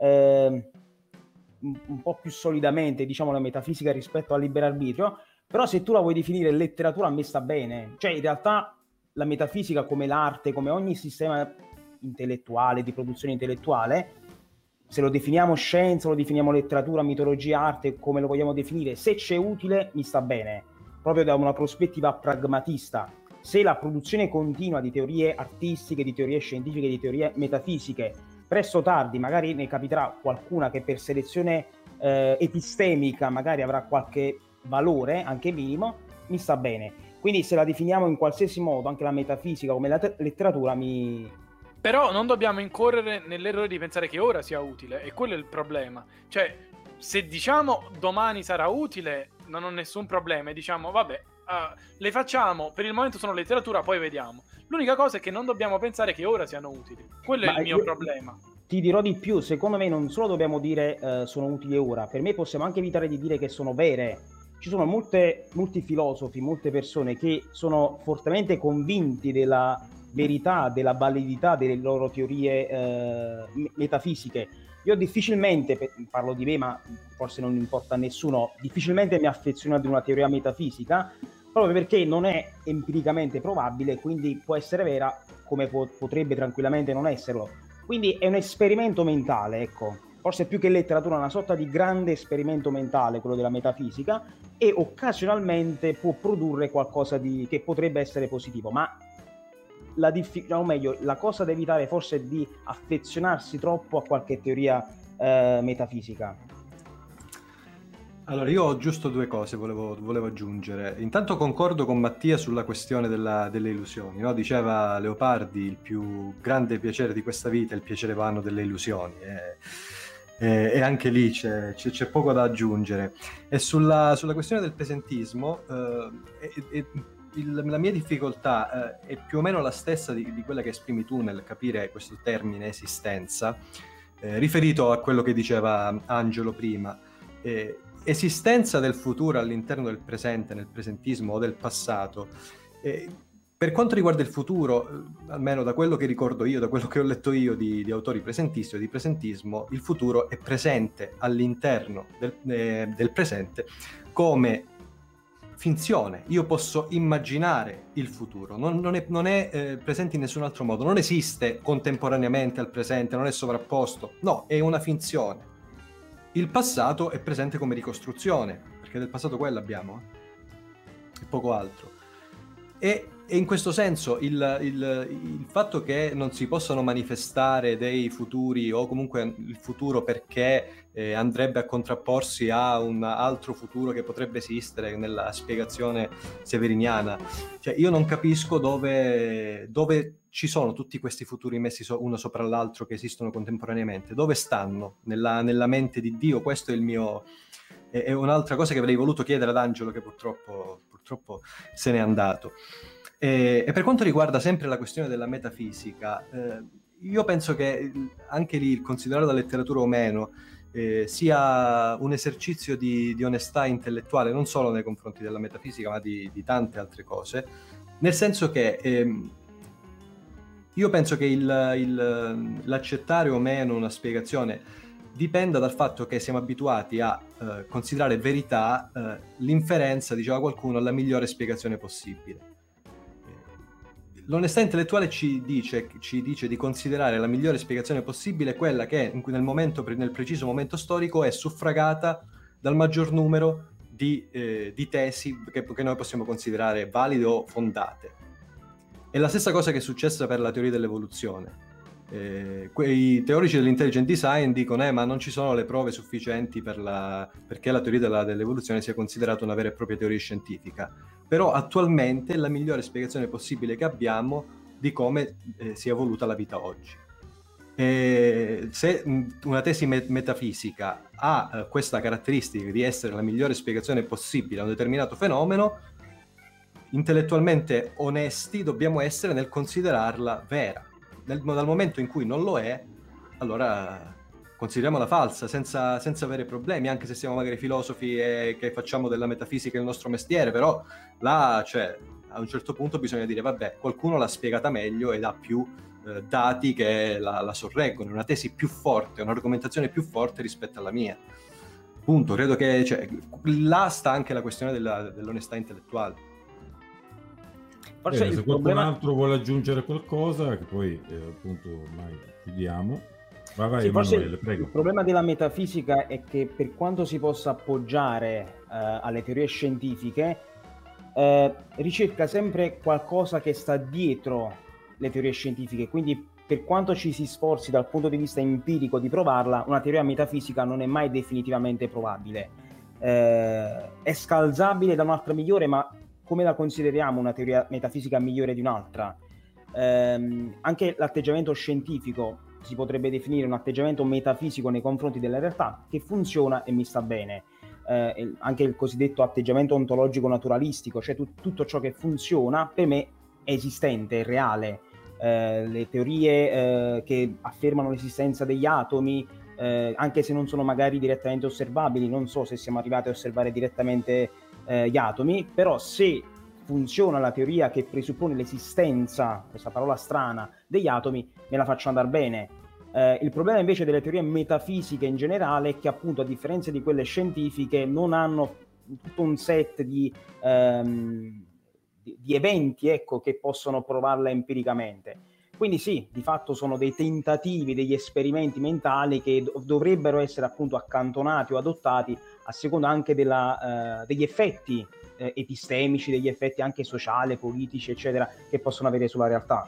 solidamente, diciamo, la metafisica rispetto al libero arbitrio. Però se tu la vuoi definire letteratura, a me sta bene. Cioè, in realtà la metafisica, come l'arte, come ogni sistema intellettuale, di produzione intellettuale, se lo definiamo scienza, lo definiamo letteratura, mitologia, arte, come lo vogliamo definire, se c'è utile, mi sta bene, proprio da una prospettiva pragmatista. Se la produzione continua di teorie artistiche, di teorie scientifiche, di teorie metafisiche, presto o tardi, magari ne capiterà qualcuna che per selezione epistemica magari avrà qualche valore, anche minimo, mi sta bene. Quindi se la definiamo in qualsiasi modo, anche la metafisica come la letteratura, Però non dobbiamo incorrere nell'errore di pensare che ora sia utile, e quello è il problema. Cioè, se diciamo domani sarà utile, non ho nessun problema, e diciamo vabbè, le facciamo, per il momento sono letteratura, poi vediamo. L'unica cosa è che non dobbiamo pensare che ora siano utili. Quello è il mio problema. Ti dirò di più, secondo me non solo dobbiamo dire sono utili ora, per me possiamo anche evitare di dire che sono vere. Ci sono molti filosofi, molte persone che sono fortemente convinti della verità, della validità delle loro teorie metafisiche. Io difficilmente, parlo di me ma forse non importa a nessuno, difficilmente mi affeziono ad una teoria metafisica, proprio perché non è empiricamente probabile, quindi può essere vera come potrebbe tranquillamente non esserlo. Quindi è un esperimento mentale, ecco. Forse più che letteratura, una sorta di grande esperimento mentale, quello della metafisica, e occasionalmente può produrre qualcosa che potrebbe essere positivo, ma la cosa da evitare forse è di affezionarsi troppo a qualche teoria metafisica. Allora, io ho giusto due cose volevo aggiungere. Intanto concordo con Mattia sulla questione delle illusioni, no? Diceva Leopardi, il più grande piacere di questa vita è il piacere vano delle illusioni. E anche lì c'è poco da aggiungere. E sulla questione del presentismo, la mia difficoltà è più o meno la stessa di quella che esprimi tu nel capire questo termine esistenza, riferito a quello che diceva Angelo prima. Esistenza del futuro all'interno del presente, nel presentismo o del passato. Per quanto riguarda il futuro, almeno da quello che ricordo io, da quello che ho letto io di autori presentisti o di presentismo, il futuro è presente all'interno del presente come finzione. Io posso immaginare il futuro, non è presente in nessun altro modo, non esiste contemporaneamente al presente, non è sovrapposto, no, è una finzione. Il passato è presente come ricostruzione, perché del passato quello abbiamo, e poco altro. E in questo senso il fatto che non si possano manifestare dei futuri, o comunque il futuro perché andrebbe a contrapporsi a un altro futuro che potrebbe esistere nella spiegazione severiniana, cioè io non capisco dove ci sono tutti questi futuri messi uno sopra l'altro che esistono contemporaneamente, dove stanno nella mente di Dio. Questo è il mio... è un'altra cosa che avrei voluto chiedere ad Angelo, che purtroppo se n'è andato. E per quanto riguarda sempre la questione della metafisica, io penso che anche lì il considerare la letteratura o meno sia un esercizio di onestà intellettuale, non solo nei confronti della metafisica ma di tante altre cose, nel senso che io penso che l'accettare o meno una spiegazione dipenda dal fatto che siamo abituati a considerare verità l'inferenza, diceva qualcuno, la migliore spiegazione possibile. L'onestà intellettuale ci dice di considerare la migliore spiegazione possibile quella che nel preciso momento storico è suffragata dal maggior numero di tesi che noi possiamo considerare valide o fondate. È la stessa cosa che è successa per la teoria dell'evoluzione. Quei teorici dell'intelligent design dicono ma non ci sono le prove sufficienti perché la teoria dell'evoluzione sia considerata una vera e propria teoria scientifica, però attualmente è la migliore spiegazione possibile che abbiamo di come si è evoluta la vita oggi. Se una tesi metafisica ha questa caratteristica di essere la migliore spiegazione possibile a un determinato fenomeno, intellettualmente onesti dobbiamo essere nel considerarla vera. Dal momento in cui non lo è, allora consideriamola falsa, senza avere problemi, anche se siamo magari filosofi e che facciamo della metafisica il nostro mestiere, però là, cioè, a un certo punto bisogna dire, vabbè, qualcuno l'ha spiegata meglio ed ha più dati che la sorreggono, una tesi più forte, un'argomentazione più forte rispetto alla mia. Punto, credo che là sta anche la questione dell'onestà intellettuale. Forse se qualcun altro vuole aggiungere qualcosa, che poi appunto ormai chiudiamo. Vai sì, Emanuele, prego. Il problema della metafisica è che per quanto si possa appoggiare alle teorie scientifiche, ricerca sempre qualcosa che sta dietro le teorie scientifiche, quindi per quanto ci si sforzi dal punto di vista empirico di provarla, una teoria metafisica non è mai definitivamente provabile. È scalzabile da un'altra migliore, ma come la consideriamo una teoria metafisica migliore di un'altra? Anche l'atteggiamento scientifico si potrebbe definire un atteggiamento metafisico nei confronti della realtà che funziona e mi sta bene. Anche il cosiddetto atteggiamento ontologico naturalistico, cioè tutto ciò che funziona per me è esistente, è reale. Le teorie che affermano l'esistenza degli atomi, anche se non sono magari direttamente osservabili, non so se siamo arrivati a osservare direttamente gli atomi, però se funziona la teoria che presuppone l'esistenza, questa parola strana, degli atomi, me la faccio andare bene. Il problema invece delle teorie metafisiche in generale è che appunto a differenza di quelle scientifiche non hanno tutto un set di eventi, ecco, che possono provarla empiricamente. Quindi sì, di fatto sono dei tentativi, degli esperimenti mentali che dovrebbero essere appunto accantonati o adottati a seconda anche degli effetti epistemici, degli effetti anche sociali, politici, eccetera, che possono avere sulla realtà.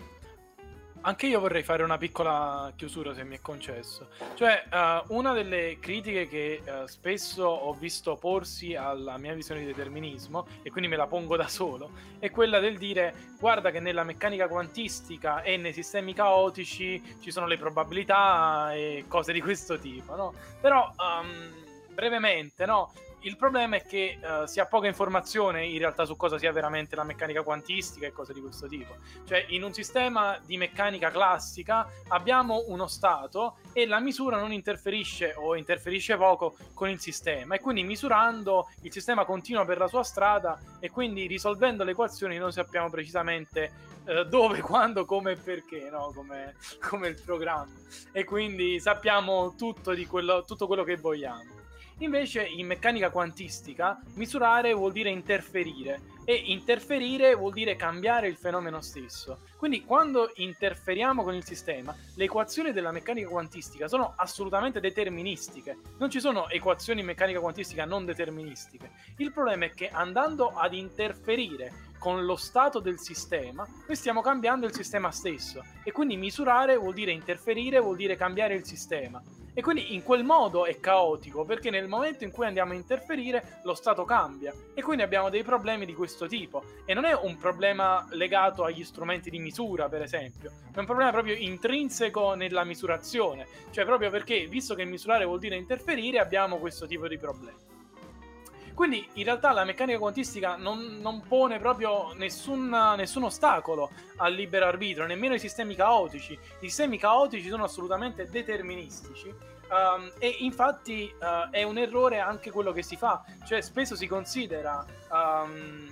Anche io vorrei fare una piccola chiusura, se mi è concesso. Cioè, una delle critiche che spesso ho visto porsi alla mia visione di determinismo, e quindi me la pongo da solo, è quella del dire: guarda che nella meccanica quantistica e nei sistemi caotici ci sono le probabilità e cose di questo tipo, no? Però, brevemente, no? Il problema è che si ha poca informazione in realtà su cosa sia veramente la meccanica quantistica e cose di questo tipo. Cioè, in un sistema di meccanica classica abbiamo uno stato e la misura non interferisce o interferisce poco con il sistema, e quindi misurando il sistema continua per la sua strada, e quindi risolvendo le equazioni noi sappiamo precisamente dove, quando, come e perché, no? Come il programma, e quindi sappiamo tutto quello che vogliamo. Invece in meccanica quantistica misurare vuol dire interferire, e interferire vuol dire cambiare il fenomeno stesso. Quindi quando interferiamo con il sistema, le equazioni della meccanica quantistica sono assolutamente deterministiche. Non ci sono equazioni in meccanica quantistica non deterministiche. Il problema è che andando ad interferire con lo stato del sistema, noi stiamo cambiando il sistema stesso, e quindi misurare vuol dire interferire, vuol dire cambiare il sistema. E quindi in quel modo è caotico, perché nel momento in cui andiamo a interferire lo stato cambia, e quindi abbiamo dei problemi di questo tipo. E non è un problema legato agli strumenti di misura, per esempio, è un problema proprio intrinseco nella misurazione, cioè proprio perché, visto che misurare vuol dire interferire, abbiamo questo tipo di problemi. Quindi in realtà la meccanica quantistica non pone proprio nessun ostacolo al libero arbitrio, nemmeno i sistemi caotici. I sistemi caotici sono assolutamente deterministici, e infatti è un errore anche quello che si fa. Cioè spesso si considera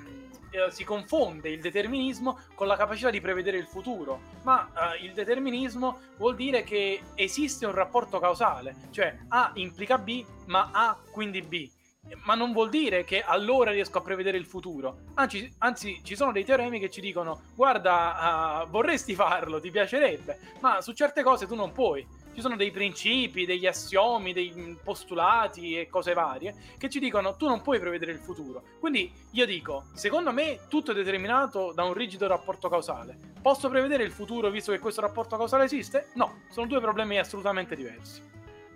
si confonde il determinismo con la capacità di prevedere il futuro, ma il determinismo vuol dire che esiste un rapporto causale, cioè A implica B, ma A quindi B. Ma non vuol dire che allora riesco a prevedere il futuro. Anzi, ci sono dei teoremi che ci dicono: guarda, vorresti farlo, ti piacerebbe, ma su certe cose tu non puoi. Ci sono dei principi, degli assiomi, dei postulati e cose varie che ci dicono: tu non puoi prevedere il futuro. Quindi io dico, secondo me tutto è determinato da un rigido rapporto causale. Posso prevedere il futuro visto che questo rapporto causale esiste? No, sono due problemi assolutamente diversi.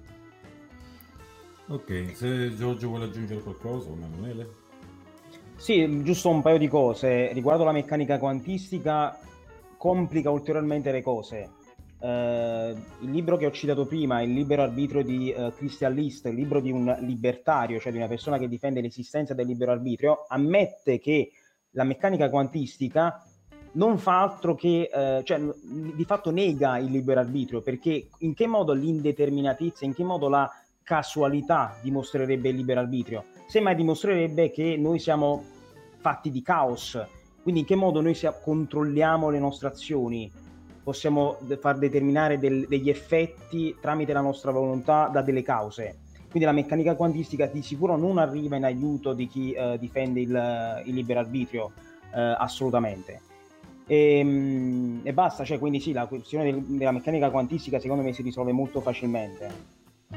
Ok, se Giorgio vuole aggiungere qualcosa, o Emanuele? Sì, giusto un paio di cose. Riguardo la meccanica quantistica, complica ulteriormente le cose. Il libro che ho citato prima, Il libero arbitrio di Christian List, il libro di un libertario, cioè di una persona che difende l'esistenza del libero arbitrio, ammette che la meccanica quantistica non fa altro che, cioè di fatto nega il libero arbitrio, perché in che modo l'indeterminatezza, in che modo la casualità dimostrerebbe il libero arbitrio? Semmai dimostrerebbe che noi siamo fatti di caos, quindi in che modo noi controlliamo le nostre azioni, possiamo far determinare degli effetti tramite la nostra volontà da delle cause. Quindi la meccanica quantistica di sicuro non arriva in aiuto di chi difende il libero arbitrio, assolutamente. E basta, cioè, quindi sì, la questione della meccanica quantistica secondo me si risolve molto facilmente.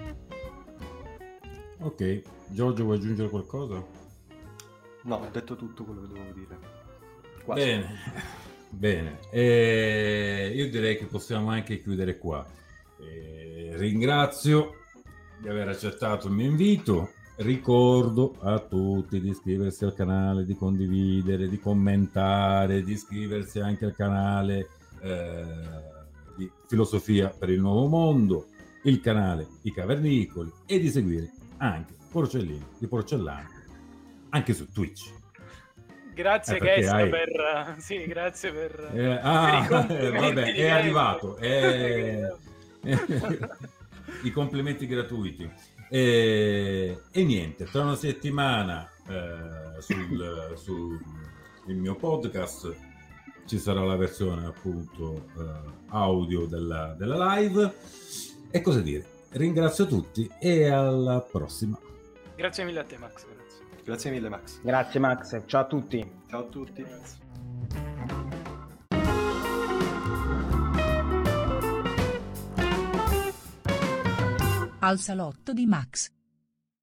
Ok, Giorgio vuoi aggiungere qualcosa? No, ho detto tutto quello che dovevo dire. Quasi. Bene. Io direi che possiamo anche chiudere qua. Ringrazio di aver accettato il mio invito. Ricordo a tutti di iscriversi al canale, di condividere, di commentare, di iscriversi anche al canale di Filosofia per il Nuovo Mondo, il canale I Cavernicoli, e di seguire anche Porcellino di Porcellano anche su Twitch. Grazie Guest per sì, grazie per vabbè, è arrivato i complimenti gratuiti e niente, tra una settimana sul mio podcast ci sarà la versione appunto audio della live. E cosa dire, ringrazio tutti e alla prossima. Grazie mille a te Max. Grazie mille Max. Grazie Max, ciao a tutti. Ciao a tutti. Grazie. Al salotto di Max.